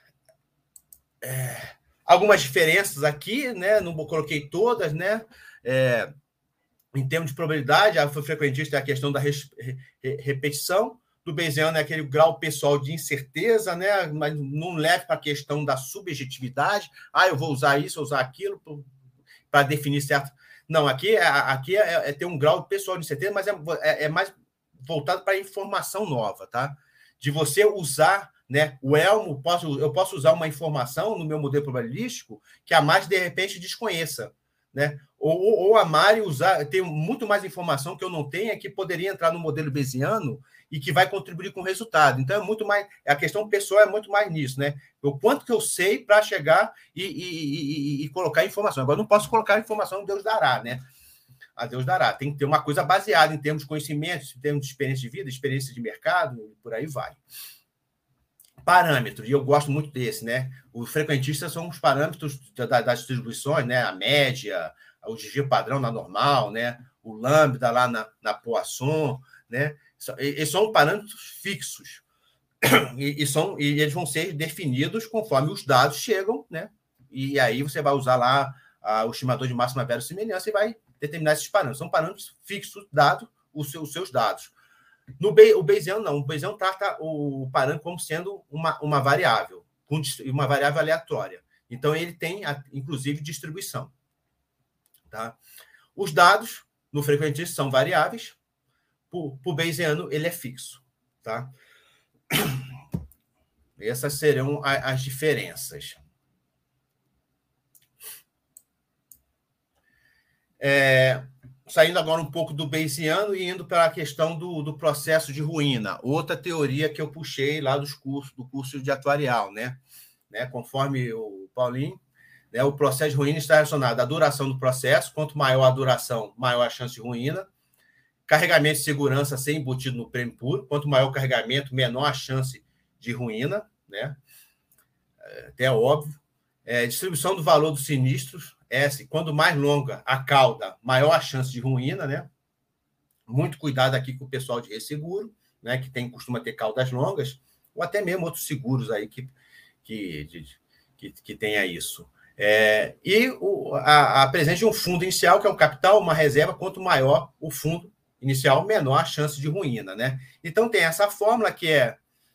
Algumas diferenças aqui, né? Não coloquei todas, né? Em termos de probabilidade, a frequentista é a questão da repetição. Do Bayesiano é aquele grau pessoal de incerteza, né? Mas não leve para a questão da subjetividade. Eu vou usar isso, usar aquilo para definir certo. Não, aqui é ter um grau pessoal de incerteza, mas é mais voltado para a informação nova, tá? De você usar, né? O Elmo, eu posso usar uma informação no meu modelo probabilístico que a Mari, de repente, desconheça, né? Ou a Mari tem muito mais informação que eu não tenho, que poderia entrar no modelo bayesiano e que vai contribuir com o resultado. Então, é muito mais. A questão pessoal é muito mais nisso, né? O quanto que eu sei para chegar e colocar informação. Agora, não posso colocar informação, Deus dará, né? A Deus dará. Tem que ter uma coisa baseada em termos de conhecimentos, em termos de experiência de vida, experiência de mercado, por aí vai. Parâmetros, e eu gosto muito desse, né? Os frequentistas são os parâmetros das distribuições, né? A média, o desvio padrão na normal, né? O lambda lá na Poisson, né? Eles são parâmetros fixos e eles vão ser definidos conforme os dados chegam, né? E aí você vai usar lá o estimador de máxima verossimilhança e vai determinar esses parâmetros. São parâmetros fixos, dados os seus dados. O Bayesian não. O Bayesian trata o parâmetro como sendo uma variável, uma variável aleatória. Então, ele tem, inclusive, distribuição. Tá? Os dados, no frequentíssimo são variáveis, por Bayesiano ele é fixo. Tá? Essas serão as diferenças. Saindo agora um pouco do Bayesiano e indo para a questão do processo de ruína, outra teoria que eu puxei lá do curso de atuarial, né? Conforme o Paulinho, né, o processo de ruína está relacionado à duração do processo. Quanto maior a duração, maior a chance de ruína. Carregamento de segurança ser embutido no prêmio puro. Quanto maior o carregamento, menor a chance de ruína, né? Até óbvio. Distribuição do valor dos sinistros. Quando mais longa a cauda, maior a chance de ruína, né? Muito cuidado aqui com o pessoal de resseguro, né? Que costuma ter caudas longas, ou até mesmo outros seguros aí que tenha isso. E a presença de um fundo inicial, que é um capital, uma reserva, quanto maior o fundo inicial, menor a chance de ruína, né? Então, tem essa fórmula que é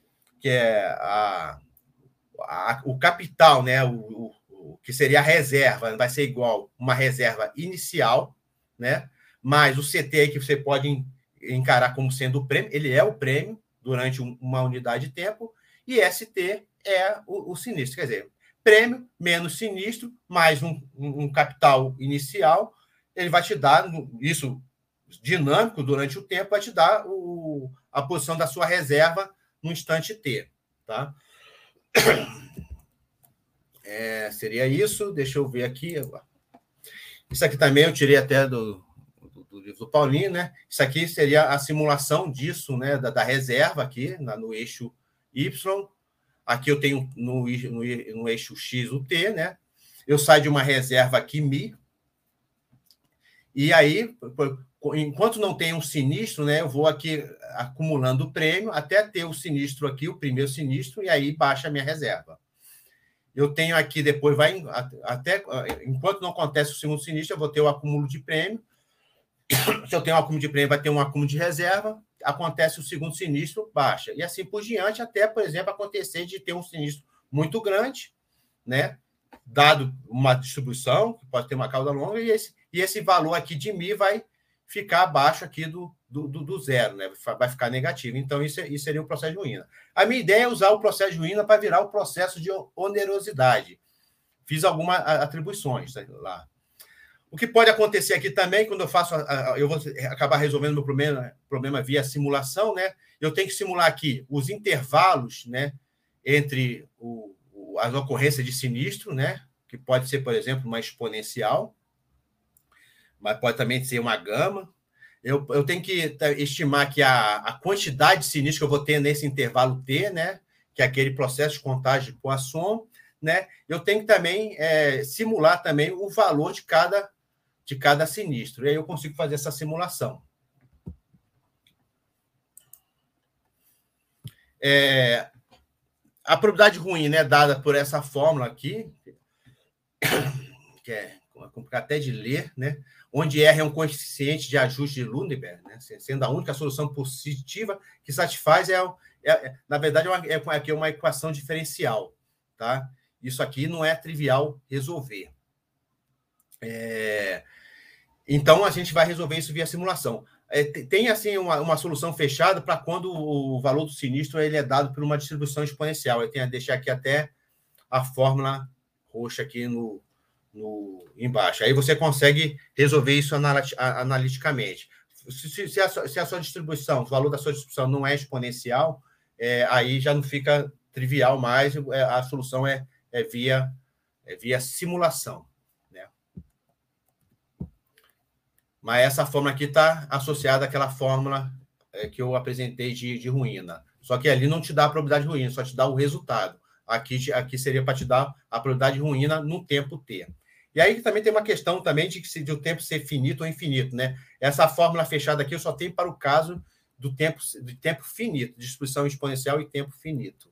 o capital, né? O que seria a reserva, vai ser igual uma reserva inicial, né? Mais o CT aí que você pode encarar como sendo o prêmio, ele é o prêmio durante uma unidade de tempo, e ST é o sinistro, quer dizer, prêmio menos sinistro, mais um capital inicial, ele vai te dar, isso dinâmico durante o tempo, vai te dar a posição da sua reserva no instante T. Tá? Seria isso. Deixa eu ver aqui. Isso aqui também eu tirei até do livro do Paulinho, né? Isso aqui seria a simulação disso, né? Da reserva aqui, no eixo Y. Aqui eu tenho no eixo X o T, né? Eu saio de uma reserva aqui, Mi. E aí, enquanto não tem um sinistro, né? Eu vou aqui acumulando o prêmio até ter o sinistro aqui, o primeiro sinistro, e aí baixa a minha reserva. Eu tenho aqui, depois vai até... Enquanto não acontece o segundo sinistro, eu vou ter o acúmulo de prêmio. Se eu tenho um acúmulo de prêmio, vai ter um acúmulo de reserva. Acontece o segundo sinistro, baixa. E assim por diante, até, por exemplo, acontecer de ter um sinistro muito grande, né? Dado uma distribuição, que pode ter uma cauda longa, e esse valor aqui de Mi vai ficar abaixo aqui do zero, né? Vai ficar negativo. Então, isso seria o processo de ruína. A minha ideia é usar o processo de ruína para virar o processo de onerosidade. Fiz algumas atribuições lá. O que pode acontecer aqui também, quando eu vou acabar resolvendo meu problema via simulação, né? Eu tenho que simular aqui os intervalos, né, entre as ocorrências de sinistro, né? Que pode ser, por exemplo, uma exponencial, mas pode também ser uma gama. Eu tenho que estimar que a quantidade de sinistro que eu vou ter nesse intervalo T, né? Que é aquele processo de contagem de Poisson, né? Eu tenho que também simular também o valor de cada sinistro. E aí eu consigo fazer essa simulação. A probabilidade ruim, né, dada por essa fórmula aqui, que é complicado até de ler, né? Onde R é um coeficiente de ajuste de Lundberg, né? Sendo a única solução positiva que satisfaz na verdade, é uma equação diferencial. Tá? Isso aqui não é trivial resolver. Então, a gente vai resolver isso via simulação. Tem, assim, uma solução fechada para quando o valor do sinistro ele é dado por uma distribuição exponencial. Eu tenho a deixar aqui até a fórmula roxa aqui embaixo. Aí você consegue resolver isso analiticamente. Se a sua distribuição, o valor da sua distribuição não é exponencial, aí já não fica trivial mais, a solução é via simulação. Né? Mas essa fórmula aqui está associada àquela fórmula que eu apresentei de ruína. Só que ali não te dá a probabilidade de ruína, só te dá o resultado. Aqui seria para te dar a probabilidade de ruína no tempo T. E aí também tem uma questão também de o tempo ser finito ou infinito, né? Essa fórmula fechada aqui eu só tenho para o caso do tempo finito, distribuição exponencial e tempo finito.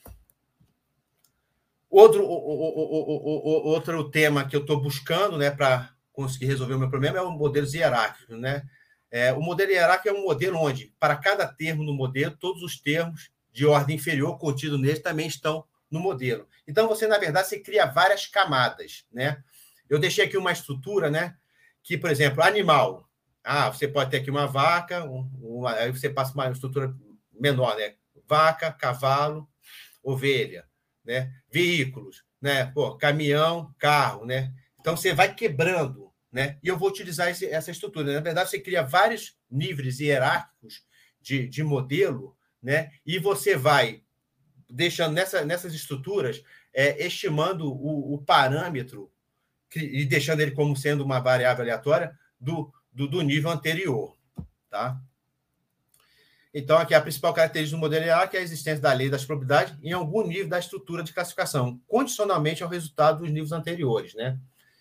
Outro tema que eu estou buscando, né, para conseguir resolver o meu problema é o modelo hierárquico, né? O modelo hierárquico é um modelo onde, para cada termo no modelo, todos os termos de ordem inferior contidos nele também estão no modelo. Então, na verdade, você cria várias camadas, né? Eu deixei aqui uma estrutura, né? Que, por exemplo, animal. Você pode ter aqui uma vaca, aí você passa uma estrutura menor, né? Vaca, cavalo, ovelha, né? Veículos, né? Caminhão, carro, né? Então, você vai quebrando, né? E eu vou utilizar essa estrutura. Na verdade, você cria vários níveis hierárquicos de modelo, né? E você vai deixando nessas estruturas, estimando o parâmetro e deixando ele como sendo uma variável aleatória do nível anterior, tá? Então, aqui a principal característica do modelo hierárquico é a existência da lei das probabilidades em algum nível da estrutura de classificação, condicionalmente ao resultado dos níveis anteriores, né?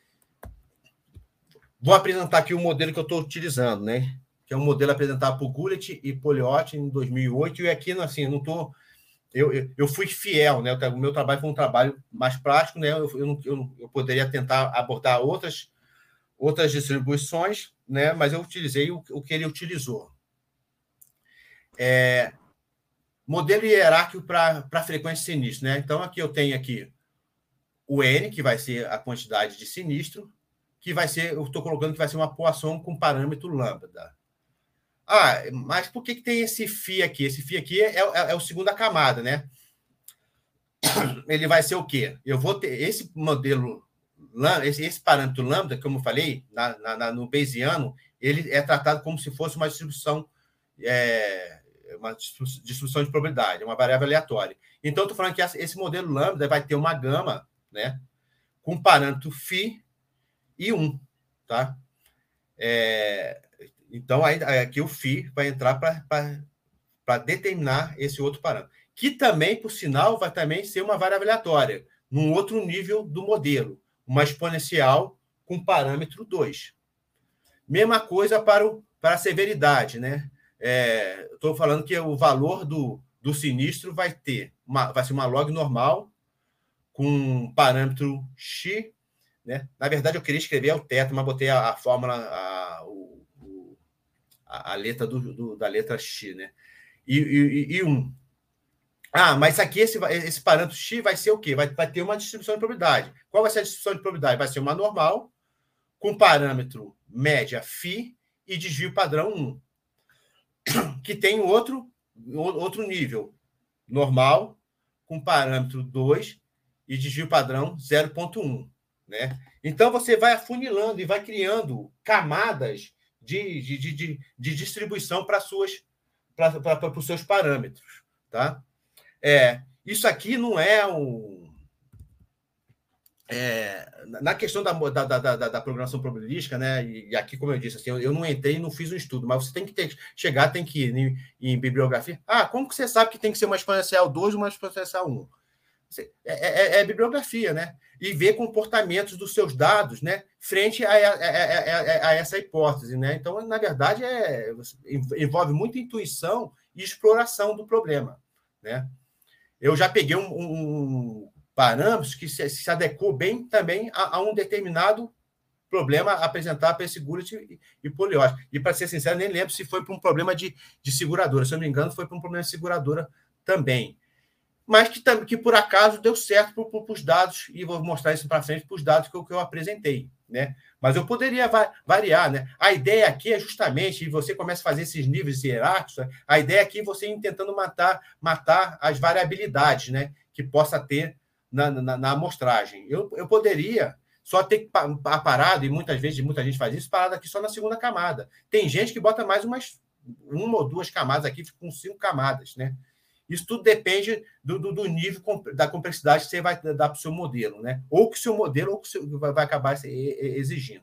Vou apresentar aqui o modelo que eu estou utilizando, né? Que é um modelo apresentado por Goulet e Poliotti em 2008, e aqui, assim, eu não estou... Eu fui fiel, né? O meu trabalho foi um trabalho mais prático, né? Eu poderia tentar abordar outras distribuições, né? Mas eu utilizei o que ele utilizou. Modelo hierárquico para frequência sinistro, né? Então, aqui eu tenho aqui o N, que vai ser a quantidade de sinistro, que vai ser, eu estou colocando que vai ser uma Poisson com parâmetro lambda. Mas por que tem esse φ aqui? Esse φ aqui é o segunda camada, né? Ele vai ser o quê? Eu vou ter esse modelo, esse parâmetro lambda, como eu falei, no Bayesiano, ele é tratado como se fosse uma distribuição, uma distribuição de probabilidade, uma variável aleatória. Então, eu estou falando que esse modelo lambda vai ter uma gama, né, com parâmetro φ e 1, tá? Então, aqui o φ vai entrar para determinar esse outro parâmetro, que também, por sinal, vai também ser uma variável aleatória, num outro nível do modelo, uma exponencial com parâmetro 2. Mesma coisa para a severidade, né? Estou falando que o valor do sinistro vai ser uma log normal com parâmetro x, né? Na verdade, eu queria escrever o teto, mas botei a fórmula, a letra da letra x, né? E 1. Mas aqui esse parâmetro x vai ser o quê? Vai ter uma distribuição de probabilidade. Qual vai ser a distribuição de probabilidade? Vai ser uma normal com parâmetro média φ e desvio padrão 1, que tem outro nível, normal com parâmetro 2 e desvio padrão 0,1, né? Então, você vai afunilando e vai criando camadas de distribuição para os seus parâmetros, tá? Isso aqui não é na questão da programação probabilística, né? E aqui, como eu disse, assim, eu não entrei e não fiz um estudo, mas você tem que chegar, tem que ir em bibliografia. Como que você sabe que tem que ser uma exponencial 2 e uma exponencial 1? Bibliografia, né? E ver comportamentos dos seus dados, né, frente a essa hipótese, né? Então, na verdade, envolve muita intuição e exploração do problema, né? Eu já peguei um parâmetro que se adequou bem também a um determinado problema apresentado para esse Goulet e Poliotti. E, para ser sincero, nem lembro se foi para um problema de seguradora. Se eu não me engano, foi para um problema de seguradora também. Mas que por acaso deu certo para os dados, e vou mostrar isso para frente para os dados que eu apresentei, né? Mas eu poderia variar, né? A ideia aqui é justamente, e você começa a fazer esses níveis hierárquicos, a ideia aqui é você ir tentando matar as variabilidades, né, que possa ter na amostragem. Eu poderia só ter parado, e muitas vezes muita gente faz isso, parado aqui só na segunda camada. Tem gente que bota mais uma ou duas camadas aqui, com 5 camadas, né? Isso tudo depende do nível da complexidade que você vai dar para o seu modelo, né? Ou que o seu modelo vai acabar exigindo.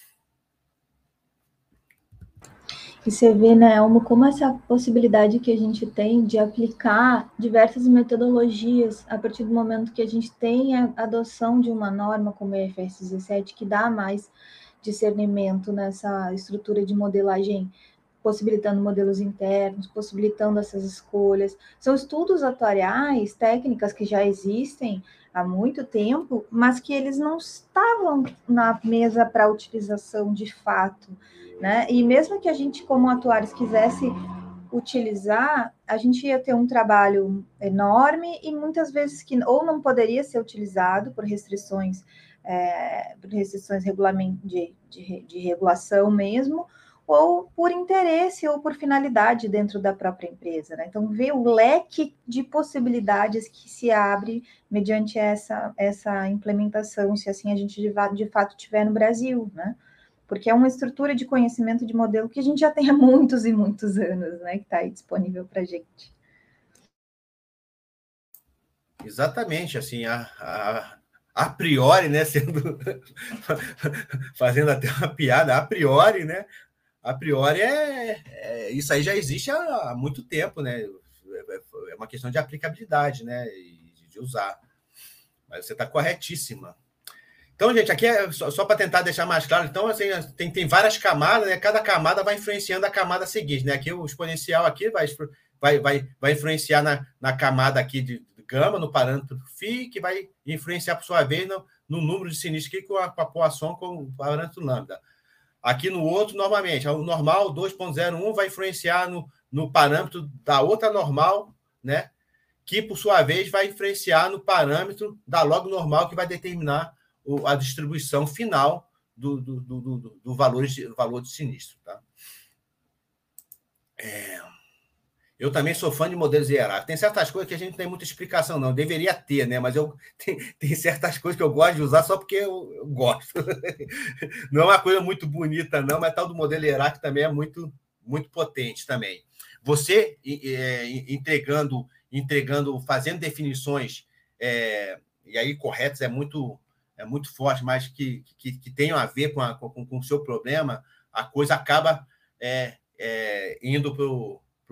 E você vê, né, Elmo, como essa possibilidade que a gente tem de aplicar diversas metodologias a partir do momento que a gente tem a adoção de uma norma como a IFRS 17, que dá mais discernimento nessa estrutura de modelagem, possibilitando modelos internos, possibilitando essas escolhas. São estudos atuariais, técnicas que já existem há muito tempo, mas que eles não estavam na mesa para utilização de fato, né? E mesmo que a gente, como atuários, quisesse utilizar, a gente ia ter um trabalho enorme e muitas vezes que ou não poderia ser utilizado por restrições de regulação mesmo, ou por interesse ou por finalidade dentro da própria empresa, né? Então, ver o leque de possibilidades que se abre mediante essa implementação, se assim a gente de fato tiver no Brasil, né? Porque é uma estrutura de conhecimento de modelo que a gente já tem há muitos e muitos anos, né? Que está aí disponível para a gente. Exatamente, assim, a priori, né, sendo fazendo até uma piada, a priori, né, a priori isso aí já existe há muito tempo, né, é uma questão de aplicabilidade, né, e de usar, mas você está corretíssima. Então, gente, aqui é só para tentar deixar mais claro, então, assim, tem várias camadas, né, cada camada vai influenciando a camada seguinte, né, aqui o exponencial aqui vai influenciar na camada aqui de gama, no parâmetro φ, que vai influenciar, por sua vez, no número de sinistros aqui com a poação com o parâmetro lambda. Aqui no outro, novamente, o normal 2.01 vai influenciar no parâmetro da outra normal, né? Que, por sua vez, vai influenciar no parâmetro da log normal, que vai determinar a distribuição final do valor de sinistro. Tá? Eu também sou fã de modelos hierárquicos. Tem certas coisas que a gente não tem muita explicação, não. Deveria ter, né? Mas tem certas coisas que eu gosto de usar só porque eu gosto. Não é uma coisa muito bonita, não, mas tal do modelo hierárquico também é muito, muito potente também. Você entregando, fazendo definições e aí corretas é muito forte, mas que tenham a ver com o seu problema, a coisa acaba indo para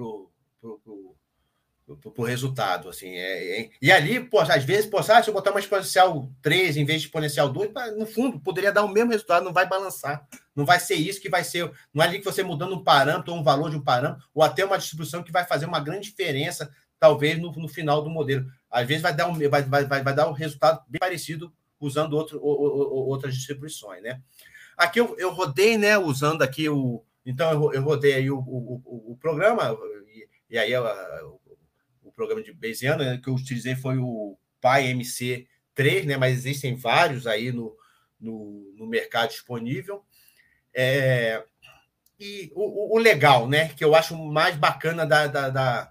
o resultado. Assim, e ali, pô, às vezes, se eu botar uma exponencial 3 em vez de exponencial 2, no fundo, poderia dar o mesmo resultado, não vai balançar. Não vai ser isso que vai ser. Não é ali que você mudando um parâmetro ou um valor de um parâmetro, ou até uma distribuição que vai fazer uma grande diferença, talvez, no final do modelo. Às vezes vai dar um resultado bem parecido usando outras distribuições. Né? Aqui eu rodei, né, usando aqui o. Então, eu rodei aí o programa, e aí o programa de Bayesiano, né, que eu utilizei foi o PyMC3, né, mas existem vários aí no mercado disponível. E o legal, né, que eu acho mais bacana da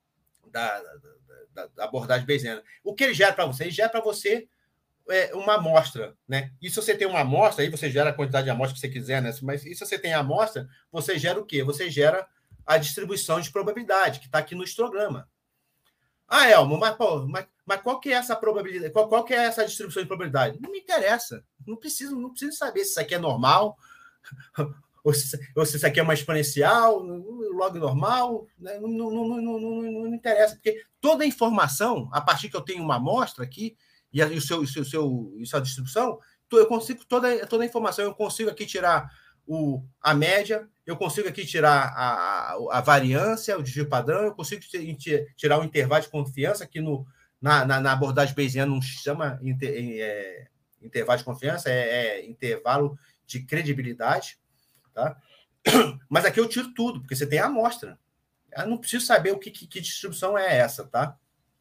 abordagem Bayesiana, o que ele gera para você? Ele gera para você uma amostra, né? E se você tem uma amostra, aí você gera a quantidade de amostra que você quiser, né? Mas e se você tem a amostra, você gera o quê? Você gera a distribuição de probabilidade, que está aqui no histograma. Ah, Elmo, mas qual que é essa probabilidade? Qual que é essa distribuição de probabilidade? Não me interessa. Não preciso saber se isso aqui é normal, ou se isso aqui é uma exponencial, log normal. Né? Não interessa, porque toda a informação, a partir que eu tenho uma amostra aqui, e a sua distribuição, eu consigo toda a informação, eu consigo aqui tirar a média, eu consigo aqui tirar a variância, o desvio padrão, eu consigo tirar o intervalo de confiança, que na abordagem bayesiana não chama intervalo de confiança, é intervalo de credibilidade. Tá? Mas aqui eu tiro tudo, porque você tem a amostra. Eu não preciso saber que distribuição é essa. Tá?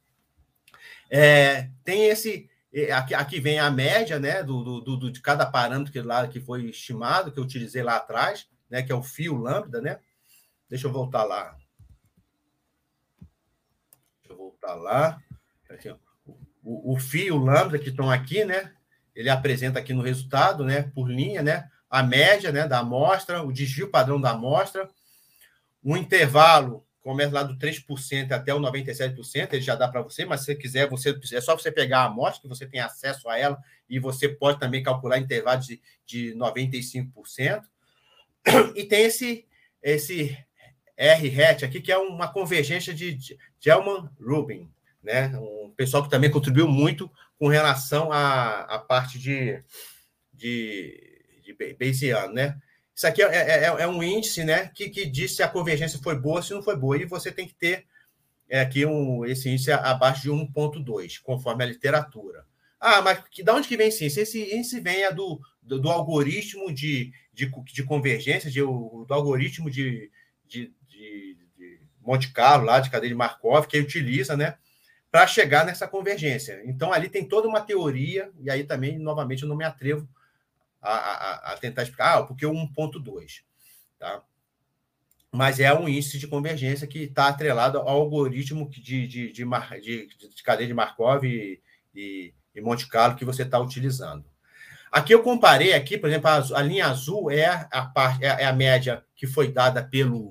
Tem esse... Aqui vem a média, né, de cada parâmetro que foi estimado, que eu utilizei lá atrás, né, que é o fio lambda, né? Deixa eu voltar lá. Aqui, o fio lambda que estão aqui, né? Ele apresenta aqui no resultado, né, por linha, né? A média, né, da amostra, o desvio padrão da amostra, um intervalo começa lá do 3% até o 97%, ele já dá para você, mas se você quiser, é só você pegar a amostra, que você tem acesso a ela, e você pode também calcular intervalos de 95%. E tem esse R-hat aqui, que é uma convergência de Gell-Mann-Rubin, né? Um pessoal que também contribuiu muito com relação à parte de Bayesiano, né? Isso aqui é um índice, né, que diz se a convergência foi boa, se não foi boa. E você tem que ter aqui esse índice abaixo de 1,2, conforme a literatura. Ah, mas de onde que vem esse índice? Esse índice vem do algoritmo de convergência, do algoritmo de Monte Carlo, lá de cadeia de Markov, que ele utiliza, né, para chegar nessa convergência. Então, ali tem toda uma teoria, e aí também, novamente, eu não me atrevo a tentar explicar, porque o 1,2. tá? Mas é um índice de convergência que está atrelado ao algoritmo de cadeia de Markov e Monte Carlo que você está utilizando. Aqui eu comparei, aqui, por exemplo, a linha azul é a média que foi dada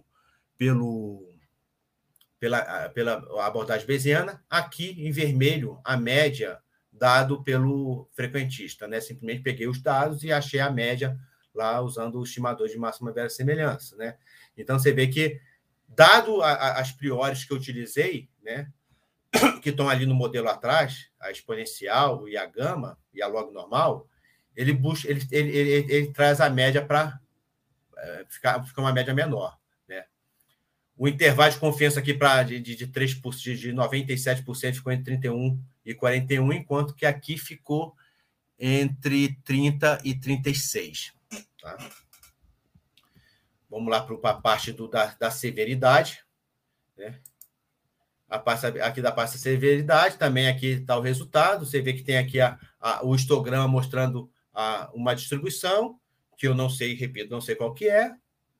pela abordagem bayesiana. Aqui, em vermelho, a média dado pelo frequentista, né? Simplesmente peguei os dados e achei a média lá usando o estimador de máxima verossimilhança, né? Então, você vê que, dado as priores que eu utilizei, né, que estão ali no modelo atrás, a exponencial e a gama e a log normal, ele traz a média para ficar uma média menor, né? O intervalo de confiança aqui de 3%, de 97% ficou entre 31 e 41, enquanto que aqui ficou entre 30 e 36. Tá? Vamos lá para a parte da severidade. Né? Aqui da parte da severidade, também aqui está o resultado. Você vê que tem aqui o histograma mostrando uma distribuição, que eu não sei, repito, não sei qual que é.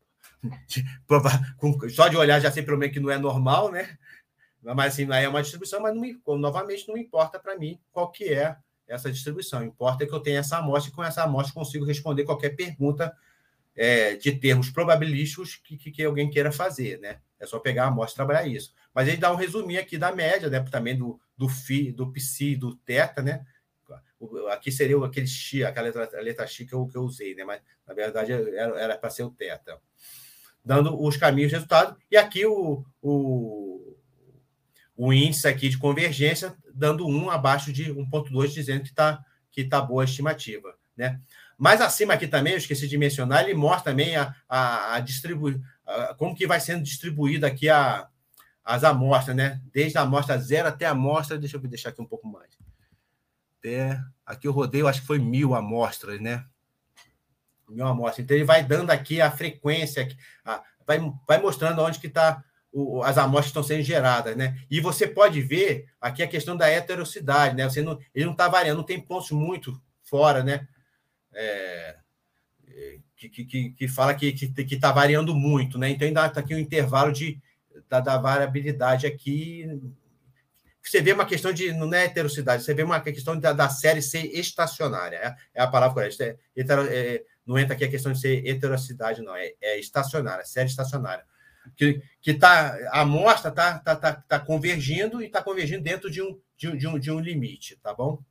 Só de olhar já sei pelo menos que não é normal, né? Mas assim, é uma distribuição, mas novamente não importa para mim qual que é essa distribuição. Importa que eu tenha essa amostra e com essa amostra consigo responder qualquer pergunta de termos probabilísticos que alguém queira fazer, né? É só pegar a amostra e trabalhar isso. Mas ele dá um resuminho aqui da média, né? Também do φ, do psi, do θ, né? Aqui seria aquele x, aquela letra x que eu usei, né? Mas na verdade era para ser o θ. Dando os caminhos de resultado. E aqui o índice aqui de convergência, dando 1 abaixo de 1,2, dizendo que tá boa a estimativa, né? Mas acima aqui também, eu esqueci de mencionar, ele mostra também como que vai sendo distribuída aqui as amostras, né? Desde a amostra 0 até a amostra, deixa eu deixar aqui um pouco mais. Aqui eu rodei, eu acho que foi 1.000 amostras, né? 1.000 amostras. Então, ele vai dando aqui a frequência, vai mostrando onde que está as amostras que estão sendo geradas, né? E você pode ver aqui a questão da heterocidade, né? Ele não está variando, não tem pontos muito fora, né? Que fala que está variando muito, né? Então, ainda está aqui um intervalo da variabilidade aqui. Você vê uma questão não é heterocidade, você vê uma questão da série ser estacionária, é a palavra correta. Não entra aqui a questão de ser heterocidade, não, é estacionária, série estacionária. A amostra está convergindo e está convergindo dentro de um limite, tá bom?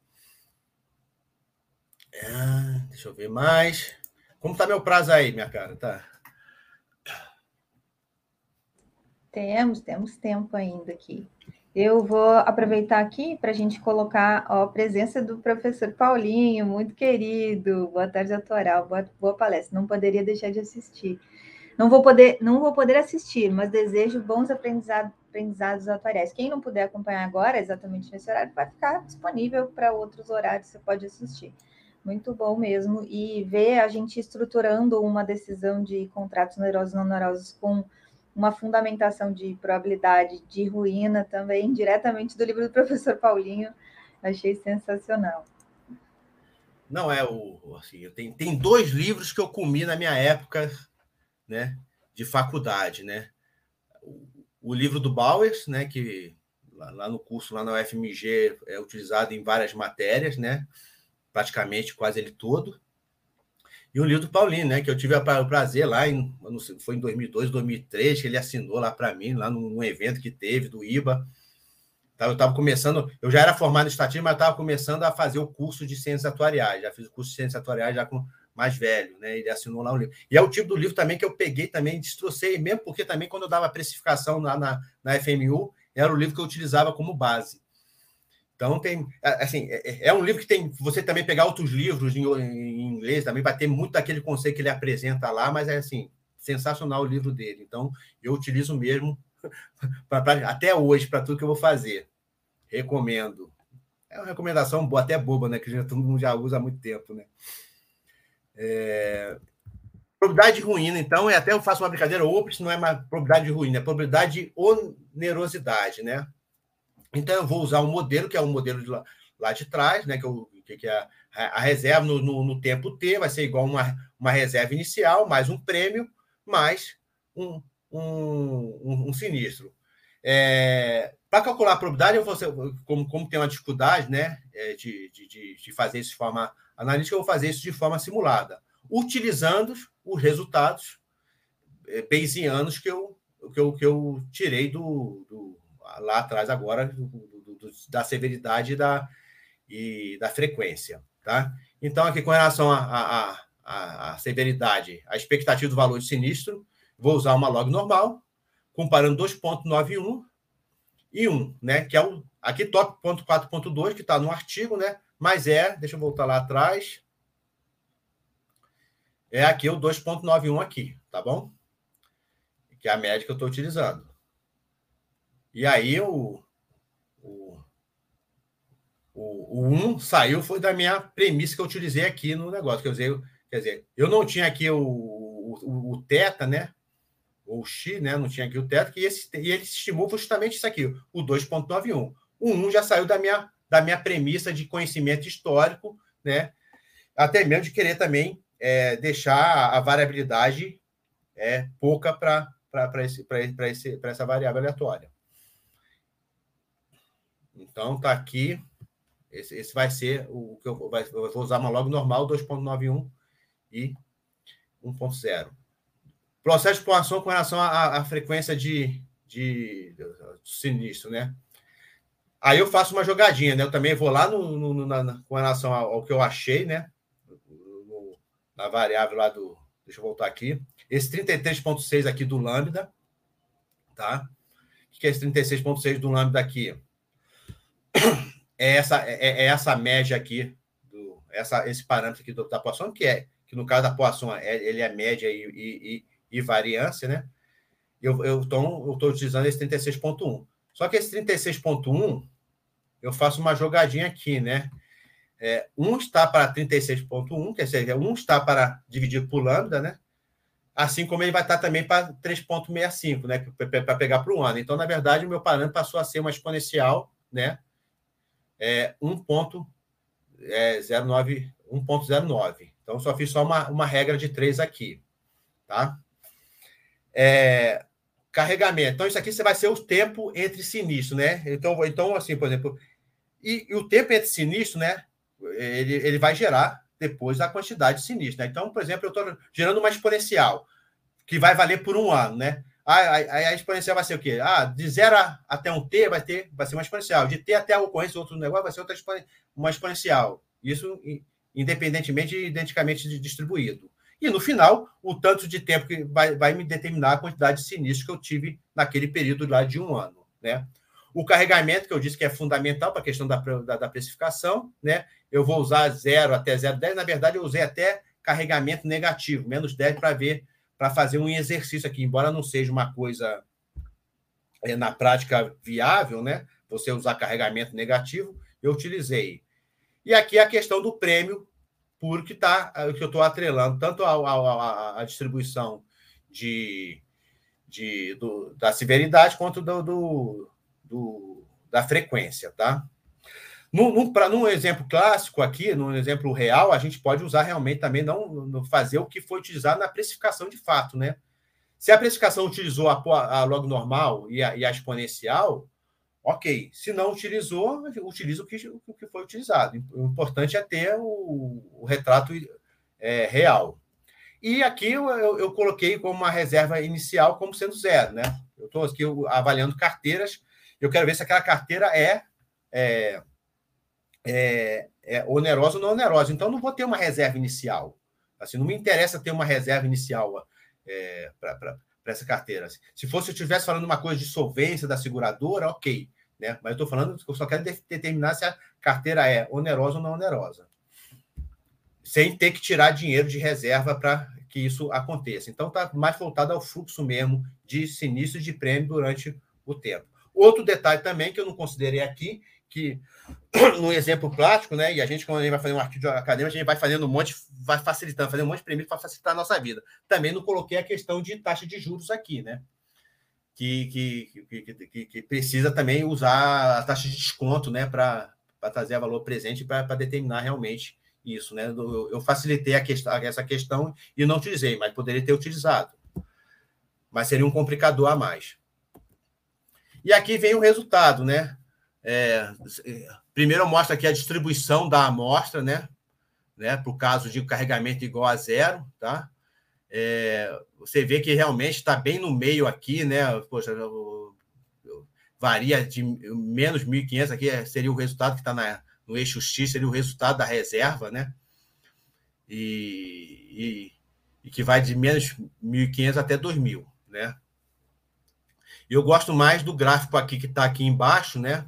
Deixa eu ver mais. Como está meu prazo aí, minha cara? Tá. Temos tempo ainda aqui. Eu vou aproveitar aqui para a gente colocar a presença do professor Paulinho, muito querido. Boa tarde, doutoral. Boa palestra. Não poderia deixar de assistir. Não vou poder assistir, mas desejo bons aprendizados atuariais. Quem não puder acompanhar agora, exatamente nesse horário, vai ficar disponível para outros horários, você pode assistir. Muito bom mesmo. E ver a gente estruturando uma decisão de contratos onerosos e não onerosos com uma fundamentação de probabilidade de ruína também, diretamente do livro do professor Paulinho, achei sensacional. Não é assim, tem 2 livros que eu comi na minha época, né, de faculdade, né? O livro do Bowers, né, que lá no curso, lá na UFMG, é utilizado em várias matérias, né? Praticamente quase ele todo. E o livro do Paulinho, né, que eu tive o prazer lá, foi em 2002, 2003, que ele assinou lá para mim, lá num evento que teve do IBA. Eu estava começando, eu já era formado em estatística, mas estava começando a fazer o curso de ciências atuariais. Já fiz o curso de ciências atuariais já com mais velho, né? Ele assinou lá o livro. E é o tipo do livro também que eu peguei também, destrocei, mesmo porque também quando eu dava precificação lá na FMU, era o livro que eu utilizava como base. Então, assim, é um livro que tem. Você também pegar outros livros em inglês, também vai ter muito daquele conceito que ele apresenta lá, mas é assim, sensacional o livro dele. Então, eu utilizo mesmo até hoje para tudo que eu vou fazer. Recomendo. É uma recomendação boa, até boba, né? Que todo mundo já usa há muito tempo, né? Probabilidade de ruína, então, até eu faço uma brincadeira, ops, não é uma probabilidade de ruína, é probabilidade de onerosidade, né? Então, eu vou usar um modelo, que é o modelo lá de trás, né? Que é a reserva no tempo T, vai ser igual uma reserva inicial, mais um prêmio, mais um sinistro. Para calcular a probabilidade, como tem uma dificuldade, né, de fazer isso de forma analítica, eu vou fazer isso de forma simulada, utilizando os resultados bayesianos que eu tirei lá atrás agora, da severidade e da frequência. Tá? Então, aqui com relação à severidade, a expectativa do valor de sinistro, vou usar uma log normal, comparando 2,91 e 1, né? Que é aqui top 4.2, que está no artigo, né? Mas deixa eu voltar lá atrás, aqui o 2,91 aqui, tá bom? Que é a média que eu estou utilizando. E aí o 1 saiu, foi da minha premissa que eu utilizei aqui no negócio. Quer dizer, eu não tinha aqui o θ, né? Ou X, né? Não tinha aqui o θ, e ele estimou justamente isso aqui, o 2,91. O 1 já saiu da minha premissa de conhecimento histórico, né? Até mesmo de querer também deixar a variabilidade pouca para essa variável aleatória. Então, está aqui. Esse vai ser o que eu vou usar uma log normal, 2,91 e 1,0. Processo de exploração com relação à frequência de sinistro, né? Aí eu faço uma jogadinha, né? Eu também vou lá com relação ao que eu achei, né? Na variável lá do... Deixa eu voltar aqui. Esse 33,6 aqui do lambda, tá? O que é esse 36,6 do lambda aqui? Essa média aqui, esse parâmetro aqui da Poisson, que no caso da Poisson, ele é média e variância, né? Eu estou utilizando esse 36,1. Só que esse 36,1, eu faço uma jogadinha aqui, né? 1 está para 36,1, quer dizer, 1 está para dividir por lambda, né? Assim como ele vai estar também para 3,65, né? Para pegar para o ano. Então, na verdade, o meu parâmetro passou a ser uma exponencial, né? 1,09. Então, só fiz uma regra de 3 aqui. Tá? Carregamento. Então, isso aqui vai ser o tempo entre sinistro, né? Então assim, por exemplo, e o tempo entre sinistro, né? Ele vai gerar depois a quantidade de sinistro, né? Então, por exemplo, eu estou gerando uma exponencial que vai valer por um ano, né? A exponencial vai ser o quê? De 0 até um t vai ser uma exponencial. De t até a ocorrência de outro negócio vai ser uma exponencial. Isso independentemente e identicamente distribuído. E, no final, o tanto de tempo que vai me determinar a quantidade de sinistro que eu tive naquele período lá de um ano, né? O carregamento, que eu disse que é fundamental para a questão da precificação, né? Eu vou usar 0 até 0,10. Na verdade, eu usei até carregamento negativo, menos 10, para fazer um exercício aqui, embora não seja uma coisa na prática viável, né? Você usar carregamento negativo, eu utilizei. E aqui a questão do prêmio, porque que eu estou atrelando tanto a distribuição da severidade quanto da frequência, tá? Num exemplo clássico aqui, num exemplo real, a gente pode usar realmente também, não fazer o que foi utilizado na precificação de fato, né? Se a precificação utilizou a log normal e a exponencial, ok. Se não utilizou, utiliza o que foi utilizado. O importante é ter o retrato real. E aqui eu coloquei como uma reserva inicial como sendo 0, né? Eu estou aqui avaliando carteiras. Eu quero ver se aquela carteira é onerosa ou não onerosa. Então, não vou ter uma reserva inicial. Assim, não me interessa ter uma reserva inicial para essa carteira. Se eu estivesse falando uma coisa de solvência da seguradora, ok. Né? Mas eu estou falando que eu só quero determinar se a carteira é onerosa ou não onerosa. Sem ter que tirar dinheiro de reserva para que isso aconteça. Então, está mais voltado ao fluxo mesmo de sinistro de prêmio durante o tempo. Outro detalhe também que eu não considerei aqui, que no exemplo prático, né? E a gente, quando a gente vai fazer um artigo acadêmico, a gente vai fazendo vai facilitando, fazendo um monte de prêmio para facilitar a nossa vida. Também não coloquei a questão de taxa de juros aqui, né? Que precisa também usar a taxa de desconto, né? Para trazer a valor presente para determinar realmente isso, né? Eu facilitei essa questão e não utilizei, mas poderia ter utilizado. mas seria um complicador a mais. E aqui vem o resultado, né? Primeiro eu mostro aqui a distribuição da amostra, né? Para o caso de carregamento igual a 0, tá? Você vê que realmente está bem no meio aqui, né? Poxa, varia de menos 1.500, aqui seria o resultado que está no eixo X, seria o resultado da reserva, né? E que vai de menos 1.500 até 2.000, né? E eu gosto mais do gráfico aqui que está aqui embaixo, né?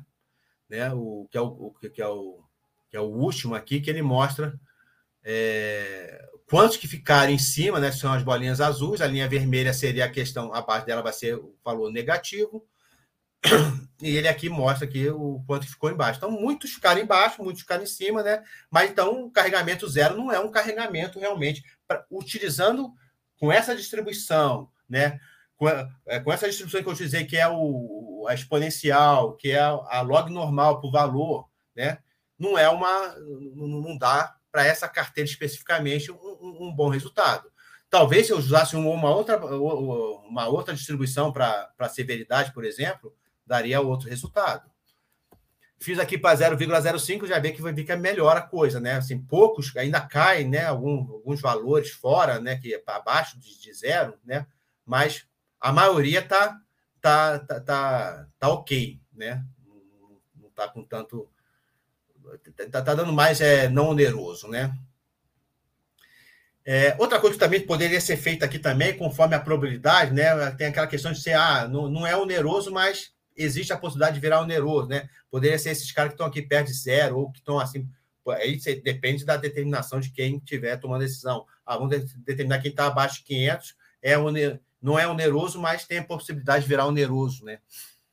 Que é o último aqui, que ele mostra quantos que ficaram em cima, né? São as bolinhas azuis, a linha vermelha seria a questão, abaixo dela vai ser o valor negativo, e ele aqui mostra aqui o quanto ficou embaixo. Então, muitos ficaram embaixo, muitos ficaram em cima, né? Mas então, o carregamento 0 não é um carregamento realmente, utilizando com essa distribuição, né? Com essa distribuição que eu utilizei, que é a exponencial, que é a log normal por valor, né? Não dá para essa carteira especificamente um bom resultado. Talvez se eu usasse uma outra distribuição para severidade, por exemplo, daria outro resultado. Fiz aqui para 0,05, já vê que melhora a coisa, né? Assim, poucos ainda caem, né? Alguns valores fora, né? Que é para abaixo de 0, né? Mas a maioria tá ok, né? Não está com tanto... Tá dando mais não oneroso, né? Outra coisa que também poderia ser feita aqui também, conforme a probabilidade, né? Tem aquela questão de ser, não é oneroso, mas existe a possibilidade de virar oneroso, né? Poderia ser esses caras que estão aqui perto de 0 ou que estão assim... Aí depende da determinação de quem estiver tomando a decisão. Vamos determinar quem está abaixo de 500, não é oneroso, mas tem a possibilidade de virar oneroso, né?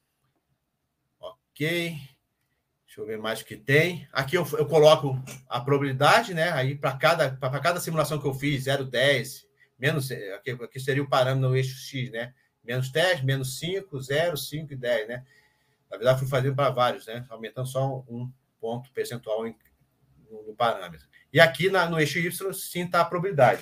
Ok. Deixa eu ver mais o que tem. Aqui eu coloco a probabilidade, né? Aí para cada simulação que eu fiz, 0,10, menos, aqui seria o parâmetro no eixo X, né? Menos 10, menos 5, 0, 5 e 10, né? Na verdade, fui fazendo para vários, né? Aumentando só um ponto percentual no parâmetro. E aqui no eixo Y, sim, está a probabilidade.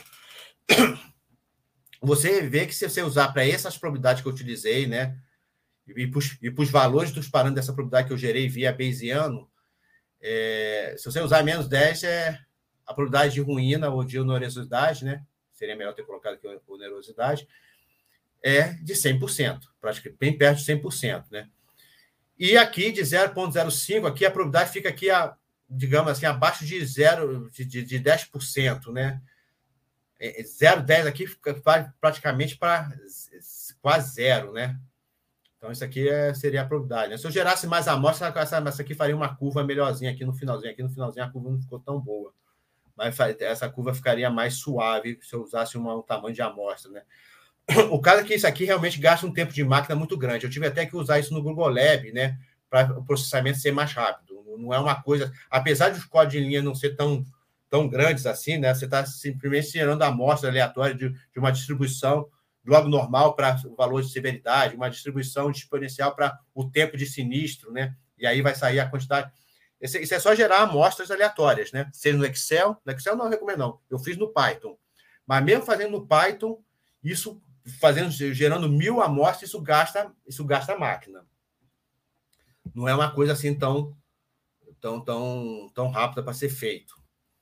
Você vê que se você usar para essas probabilidades que eu utilizei, né? E para os valores dos parâmetros dessa probabilidade que eu gerei via Bayesiano, se você usar menos 10, a probabilidade de ruína ou de onerosidade, né? Seria melhor ter colocado aqui onerosidade, é de 100%, praticamente bem perto de 100%, né? E aqui, de 0,05, aqui a probabilidade fica aqui, digamos assim, abaixo de 10%, né? 0,10 aqui fica praticamente para quase 0, né? Então, isso aqui seria a probabilidade, né? Se eu gerasse mais amostra, essa aqui faria uma curva melhorzinha aqui no finalzinho. Aqui no finalzinho a curva não ficou tão boa. Mas essa curva ficaria mais suave se eu usasse um tamanho de amostra, né? O caso é que isso aqui realmente gasta um tempo de máquina muito grande. Eu tive até que usar isso no Google Lab, né? Para o processamento ser mais rápido. Não é uma coisa... Apesar de os códigos de linha não ser tão grandes assim, né? Você está simplesmente gerando amostra aleatória de uma distribuição log normal para o valor de severidade, uma distribuição exponencial para o tempo de sinistro, né? E aí vai sair a quantidade. Isso é só gerar amostras aleatórias, né? Seja no Excel. No Excel não recomendo, não. Eu fiz no Python. Mas mesmo fazendo no Python, gerando 1.000 amostras, isso gasta a máquina. Não é uma coisa assim tão rápida para ser feito.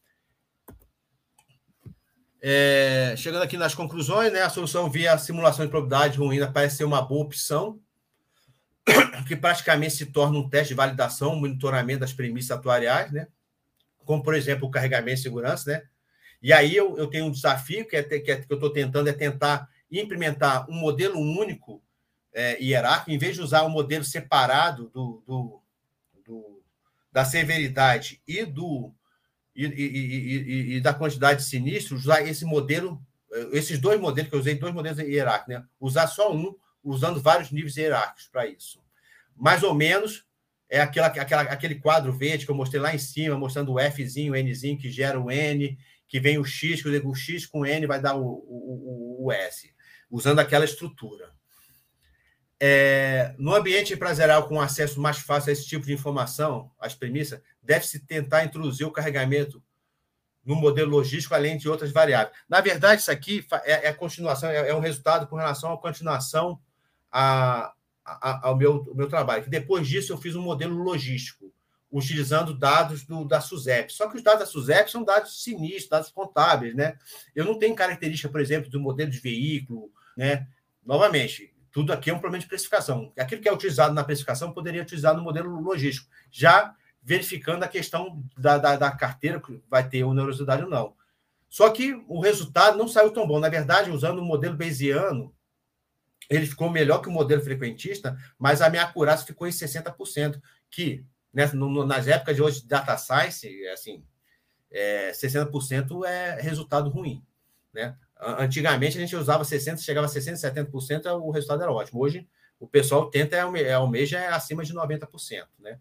Chegando aqui nas conclusões, né, a solução via simulação de probabilidade ruína parece ser uma boa opção, que praticamente se torna um teste de validação, monitoramento das premissas atuariais, né, como, por exemplo, o carregamento de segurança. Né, e aí eu tenho um desafio que eu estou tentar implementar um modelo único hierárquico, em vez de usar um modelo separado da severidade e da quantidade de sinistros, usar esses dois modelos que eu usei, 2 modelos hierárquicos, né? Usar só um, usando vários níveis hierárquicos para isso. Mais ou menos aquele quadro verde que eu mostrei lá em cima, mostrando o Fzinho, o Nzinho, que gera o N, que vem o X, que o X com N vai dar o S, usando aquela estrutura. No ambiente empresarial com acesso mais fácil a esse tipo de informação, as premissas, deve-se tentar introduzir o carregamento no modelo logístico, além de outras variáveis. Na verdade, isso aqui é a continuação, é um resultado com relação à continuação ao meu trabalho. Que depois disso, eu fiz um modelo logístico, utilizando dados da SUSEP. Só que os dados da SUSEP são dados sinistros, dados contábeis, né? Eu não tenho característica, por exemplo, do modelo de veículo, né? Novamente, tudo aqui é um problema de precificação. Aquilo que é utilizado na precificação poderia utilizar no modelo logístico, já verificando a questão da carteira, que vai ter onerosidade ou não. Só que o resultado não saiu tão bom. Na verdade, usando o modelo bayesiano, ele ficou melhor que o modelo frequentista, mas a minha acurácia ficou em 60%, que, né, nas épocas de hoje de data science, assim, 60% é resultado ruim, né? Antigamente, a gente usava 60%, chegava a 60%, 70%, o resultado era ótimo. Hoje, o pessoal tenta almeja acima de 90%, né?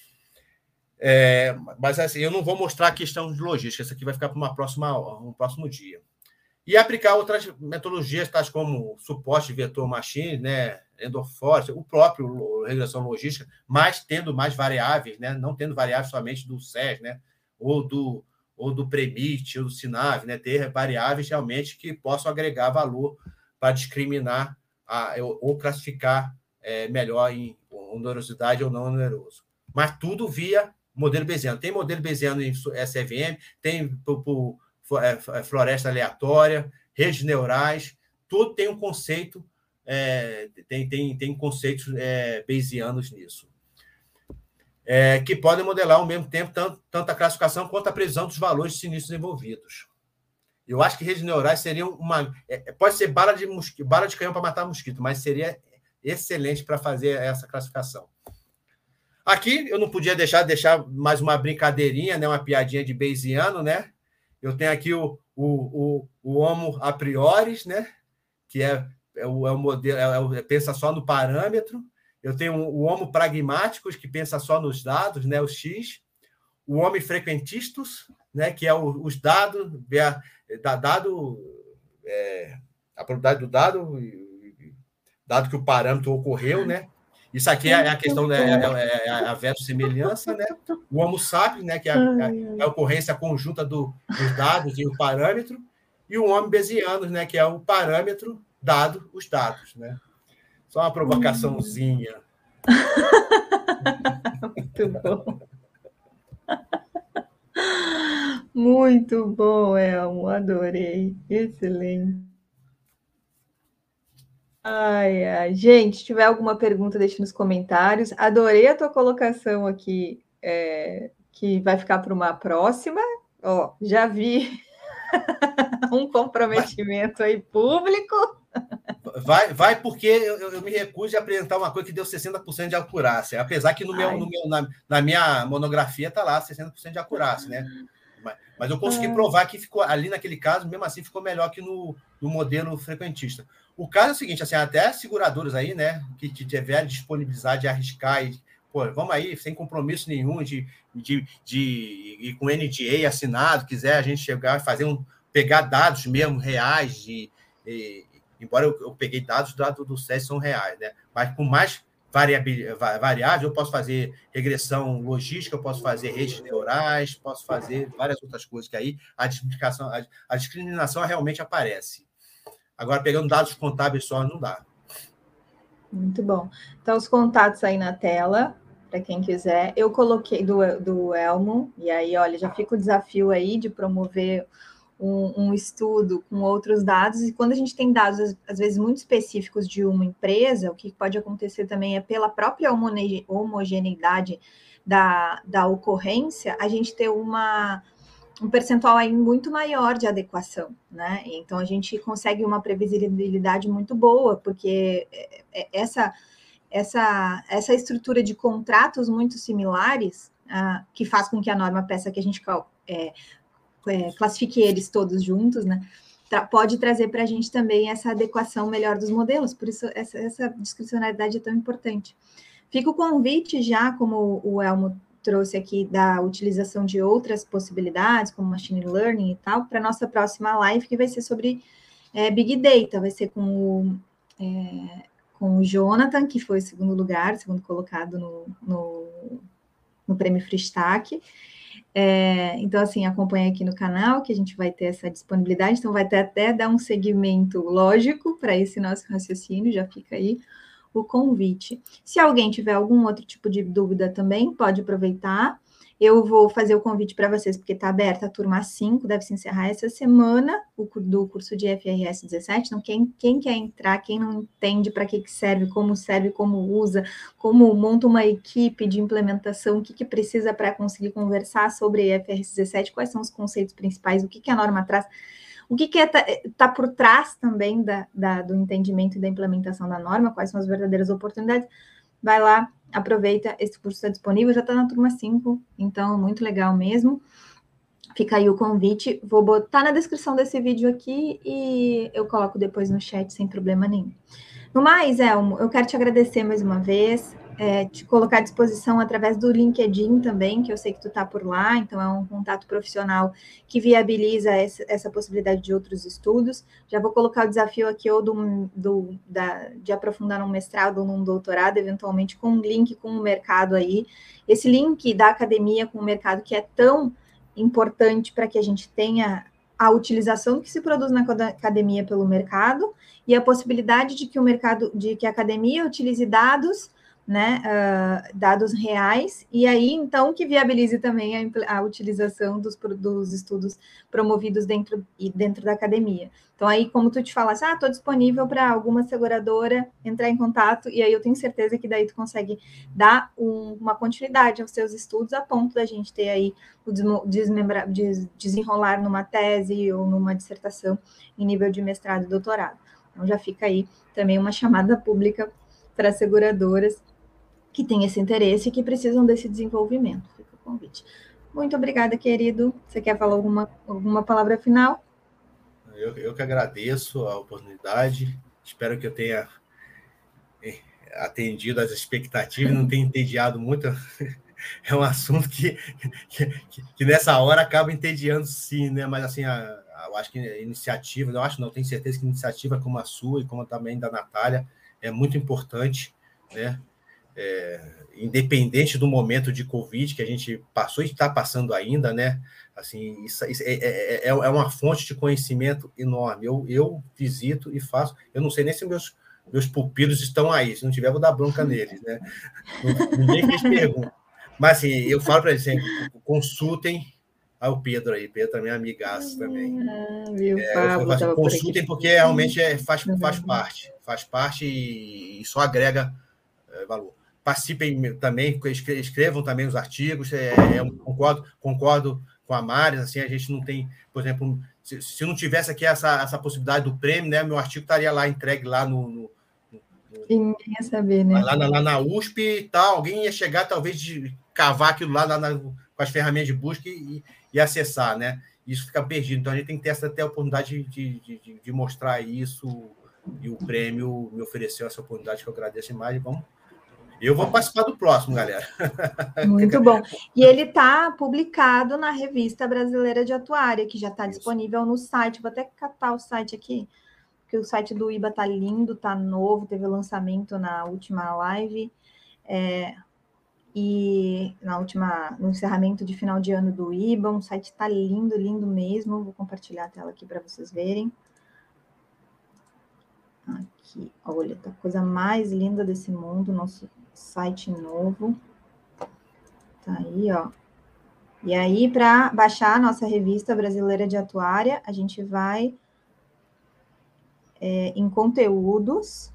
Mas assim, eu não vou mostrar a questão de logística, isso aqui vai ficar para um próximo dia. E aplicar outras metodologias, tais como suporte vetor machine, né, Endoforce, o próprio regressão logística, mas tendo mais variáveis, né, não tendo variáveis somente do SES, né, ou do Premit, ou do Sinav, né, ter variáveis realmente que possam agregar valor para discriminar ou classificar melhor em onerosidade ou não oneroso. Mas tudo via modelo bayesiano. Tem modelo bayesiano em SVM, tem floresta aleatória, redes neurais, tudo tem um conceito, tem conceitos bayesianos nisso. Que podem modelar ao mesmo tempo tanto a classificação quanto a previsão dos valores de sinistros envolvidos. Eu acho que redes neurais seriam pode ser bala de canhão para matar mosquito, mas seria excelente para fazer essa classificação. Aqui eu não podia deixar mais uma brincadeirinha, né, uma piadinha de bayesiano, né? Eu tenho aqui o Homo a priori, né? Que é o modelo, pensa só no parâmetro. Eu tenho o Homo pragmáticos, que pensa só nos dados, né? O X. O Homo frequentistus, né? Que é os dados, a probabilidade do dado que o parâmetro ocorreu, né? Isso aqui é a questão a verossimilhança, né? O Homo sapiens, né? Que é a ocorrência conjunta dos dados e o parâmetro, e o Homo bayesiano, né? Que é o parâmetro dado os dados, né? Só uma provocaçãozinha. Muito bom. Muito bom, Elmo. Adorei. Excelente. Ai. Gente, se tiver alguma pergunta, deixe nos comentários. Adorei a tua colocação aqui, que vai ficar para uma próxima. Ó, já vi um comprometimento aí público. Vai porque eu me recuso a apresentar uma coisa que deu 60% de acurácia, apesar que na minha monografia está lá 60% de acurácia, né? Mas eu consegui provar que ficou ali naquele caso, mesmo assim, ficou melhor que no modelo frequentista. O caso é o seguinte, assim, até seguradoras aí, né, que tiverem disponibilidade de arriscar e, vamos aí, sem compromisso nenhum e com NDA assinado, quiser a gente chegar e pegar dados mesmo reais, embora eu peguei dados do SES são reais, né, mas com mais variável, eu posso fazer regressão logística, eu posso fazer redes neurais, posso fazer várias outras coisas que aí a discriminação realmente aparece. Agora, pegando dados contábeis só, não dá. Muito bom. Então, os contatos aí na tela, para quem quiser. Eu coloquei do Elmo, e aí, olha, já fica o desafio aí de promover um estudo com outros dados, e quando a gente tem dados, às vezes, muito específicos de uma empresa, o que pode acontecer também é pela própria homogeneidade da ocorrência, a gente ter um percentual aí muito maior de adequação, né? Então, a gente consegue uma previsibilidade muito boa, porque essa estrutura de contratos muito similares, que faz com que a norma peça que a gente classifique eles todos juntos, né? Pode trazer para a gente também essa adequação melhor dos modelos, por isso essa discricionalidade é tão importante. Fica o convite já, como o Elmo trouxe aqui, da utilização de outras possibilidades, como machine learning e tal, para a nossa próxima live, que vai ser sobre Big Data, vai ser com o Jonathan, que foi o segundo colocado no Prêmio Fristac. Então, assim, acompanha aqui no canal, que a gente vai ter essa disponibilidade, então vai ter até dar um segmento lógico para esse nosso raciocínio, já fica aí o convite. Se alguém tiver algum outro tipo de dúvida também, pode aproveitar. Eu vou fazer o convite para vocês, porque está aberta a turma 5, deve se encerrar essa semana, do curso de FRS 17. Então, quem quer entrar, quem não entende para que serve, como usa, como monta uma equipe de implementação, o que precisa para conseguir conversar sobre FRS 17, quais são os conceitos principais, o que a norma traz, o que está por trás também do entendimento e da implementação da norma, quais são as verdadeiras oportunidades. Vai lá, aproveita, esse curso está disponível, já está na turma 5, então muito legal mesmo. Fica aí o convite, vou botar na descrição desse vídeo aqui e eu coloco depois no chat sem problema nenhum. No mais, Elmo, eu quero te agradecer mais uma vez, te colocar à disposição através do LinkedIn também, que eu sei que tu está por lá, então é um contato profissional que viabiliza essa possibilidade de outros estudos. Já vou colocar o desafio aqui ou de aprofundar num mestrado ou num doutorado, eventualmente com um link com o mercado aí. Esse link da academia com o mercado que é tão importante para que a gente tenha a utilização que se produz na academia pelo mercado e a possibilidade de que a academia utilize dados, né, dados reais, e aí, então, que viabilize também a utilização dos estudos promovidos dentro da academia. Então, aí, como tu te falas, estou disponível para alguma seguradora entrar em contato, e aí eu tenho certeza que daí tu consegue dar uma continuidade aos seus estudos, a ponto da gente ter aí o desenrolar numa tese ou numa dissertação em nível de mestrado e doutorado. Então, já fica aí também uma chamada pública para seguradoras que têm esse interesse e que precisam desse desenvolvimento. Fica o convite. Muito obrigada, querido. Você quer falar alguma palavra final? Eu que agradeço a oportunidade. Espero que eu tenha atendido às expectativas, não tenha entediado muito. É um assunto que nessa hora acaba entediando, sim, né? Mas, assim, eu acho que a iniciativa, tenho certeza que iniciativa como a sua e como também da Natália é muito importante, né? Independente do momento de Covid que a gente passou e está passando ainda, né? Assim, isso é uma fonte de conhecimento enorme. Eu visito e faço. Eu não sei nem se meus pupilos estão aí. Se não tiver, vou dar bronca neles, né? Ninguém fez pergunta. Mas, assim, eu falo para eles sempre, consultem o Pedro aí. Pedro também é amigaço também. Consultem porque realmente faz parte e só agrega valor. Participem também, escrevam também os artigos. Concordo com a Mari, assim, a gente não tem, por exemplo, se não tivesse aqui essa possibilidade do prêmio, né, meu artigo estaria lá entregue lá ninguém ia saber, né? Lá na USP e tal, alguém ia chegar, talvez, de cavar aquilo lá com as ferramentas de busca e acessar, né? Isso fica perdido. Então, a gente tem que ter até a oportunidade de mostrar isso, e o prêmio me ofereceu essa oportunidade, que eu agradeço demais. Eu vou participar do próximo, galera. Muito bom. E ele está publicado na Revista Brasileira de Atuária, que já está disponível no site. Vou até catar o site aqui, porque o site do IBA está lindo, está novo, teve lançamento na última live, e no encerramento de final de ano do IBA. O site está lindo, lindo mesmo. Vou compartilhar a tela aqui para vocês verem. Aqui, olha, tá a coisa mais linda desse mundo, nosso site novo. Tá aí, ó. E aí, para baixar a nossa Revista Brasileira de Atuária, a gente vai em conteúdos,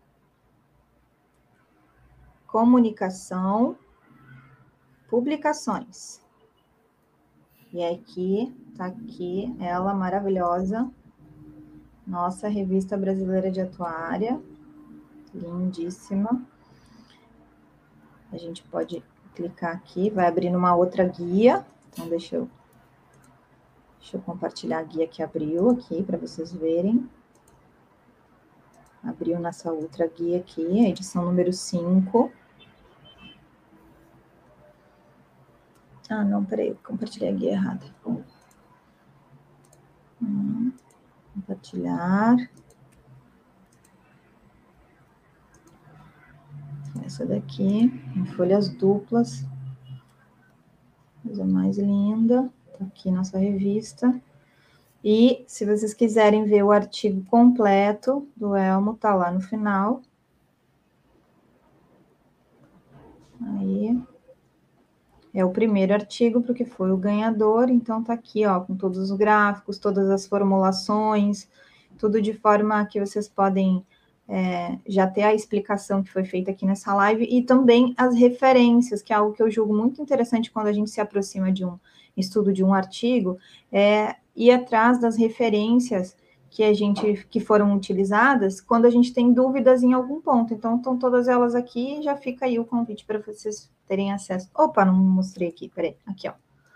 comunicação, publicações. E aqui, tá aqui, ela maravilhosa, nossa Revista Brasileira de Atuária, lindíssima. A gente pode clicar aqui, vai abrir numa outra guia. Então, deixa eu compartilhar a guia que abriu aqui para vocês verem. Abriu nessa outra guia aqui, a edição número 5. Ah, não, peraí, eu compartilhei a guia errada. Compartilhar. Essa daqui, em folhas duplas. Coisa mais linda. Tá aqui nossa revista. E se vocês quiserem ver o artigo completo do Elmo, tá lá no final. Aí é o primeiro artigo, porque foi o ganhador, então tá aqui, ó, com todos os gráficos, todas as formulações, tudo de forma que vocês podem já ter a explicação que foi feita aqui nessa live, e também as referências, que é algo que eu julgo muito interessante quando a gente se aproxima de um estudo de um artigo, ir atrás das referências que foram utilizadas quando a gente tem dúvidas em algum ponto. Então, estão todas elas aqui, já fica aí o convite para vocês terem acesso. Opa, não mostrei aqui, peraí, aqui, ó.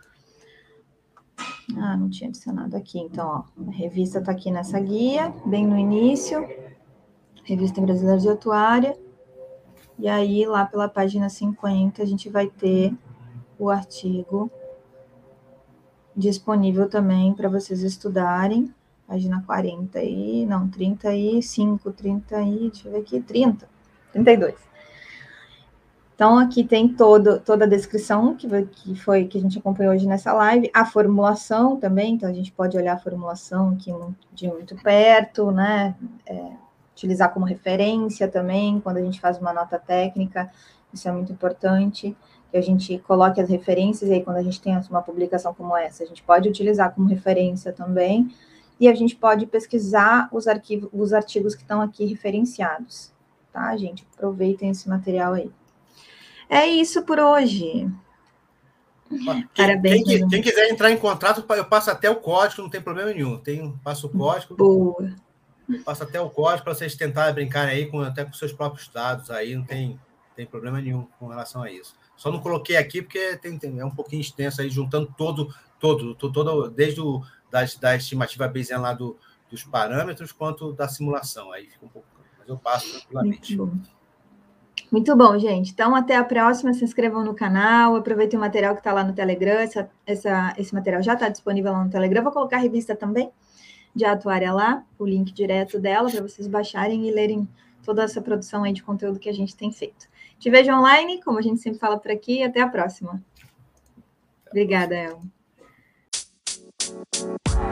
Ah, não tinha adicionado aqui. Então, ó, a revista está aqui nessa guia, bem no início. Revista Brasileira de Atuária. E aí, lá pela página 50, a gente vai ter o artigo disponível também para vocês estudarem. Página 40 aí, não, 35, 30 aí, deixa eu ver aqui, 30, 32. Então, aqui tem toda a descrição que a gente acompanhou hoje nessa live, a formulação também, então a gente pode olhar a formulação aqui de muito perto, né? Utilizar como referência também, quando a gente faz uma nota técnica, isso é muito importante, que a gente coloque as referências, e aí quando a gente tem uma publicação como essa, a gente pode utilizar como referência também, e a gente pode pesquisar os artigos que estão aqui referenciados, tá, gente? Aproveitem esse material aí. É isso por hoje. Parabéns. Quem quiser entrar em contato, eu passo até o código, não tem problema nenhum. Passo o código. Boa. Passo até o código para vocês tentarem brincar aí até com seus próprios dados aí, não tem problema nenhum com relação a isso. Só não coloquei aqui porque é um pouquinho extenso aí, juntando todo desde da estimativa Bayesiana lá dos parâmetros quanto da simulação. Aí fica um pouco, mas eu passo tranquilamente. Muito bom, gente. Então, até a próxima. Se inscrevam no canal, aproveitem o material que está lá no Telegram. Esse material já está disponível lá no Telegram. Vou colocar a revista também de Atuária lá, o link direto dela, para vocês baixarem e lerem toda essa produção aí de conteúdo que a gente tem feito. Te vejo online, como a gente sempre fala por aqui, e até a próxima. Obrigada, Elmo.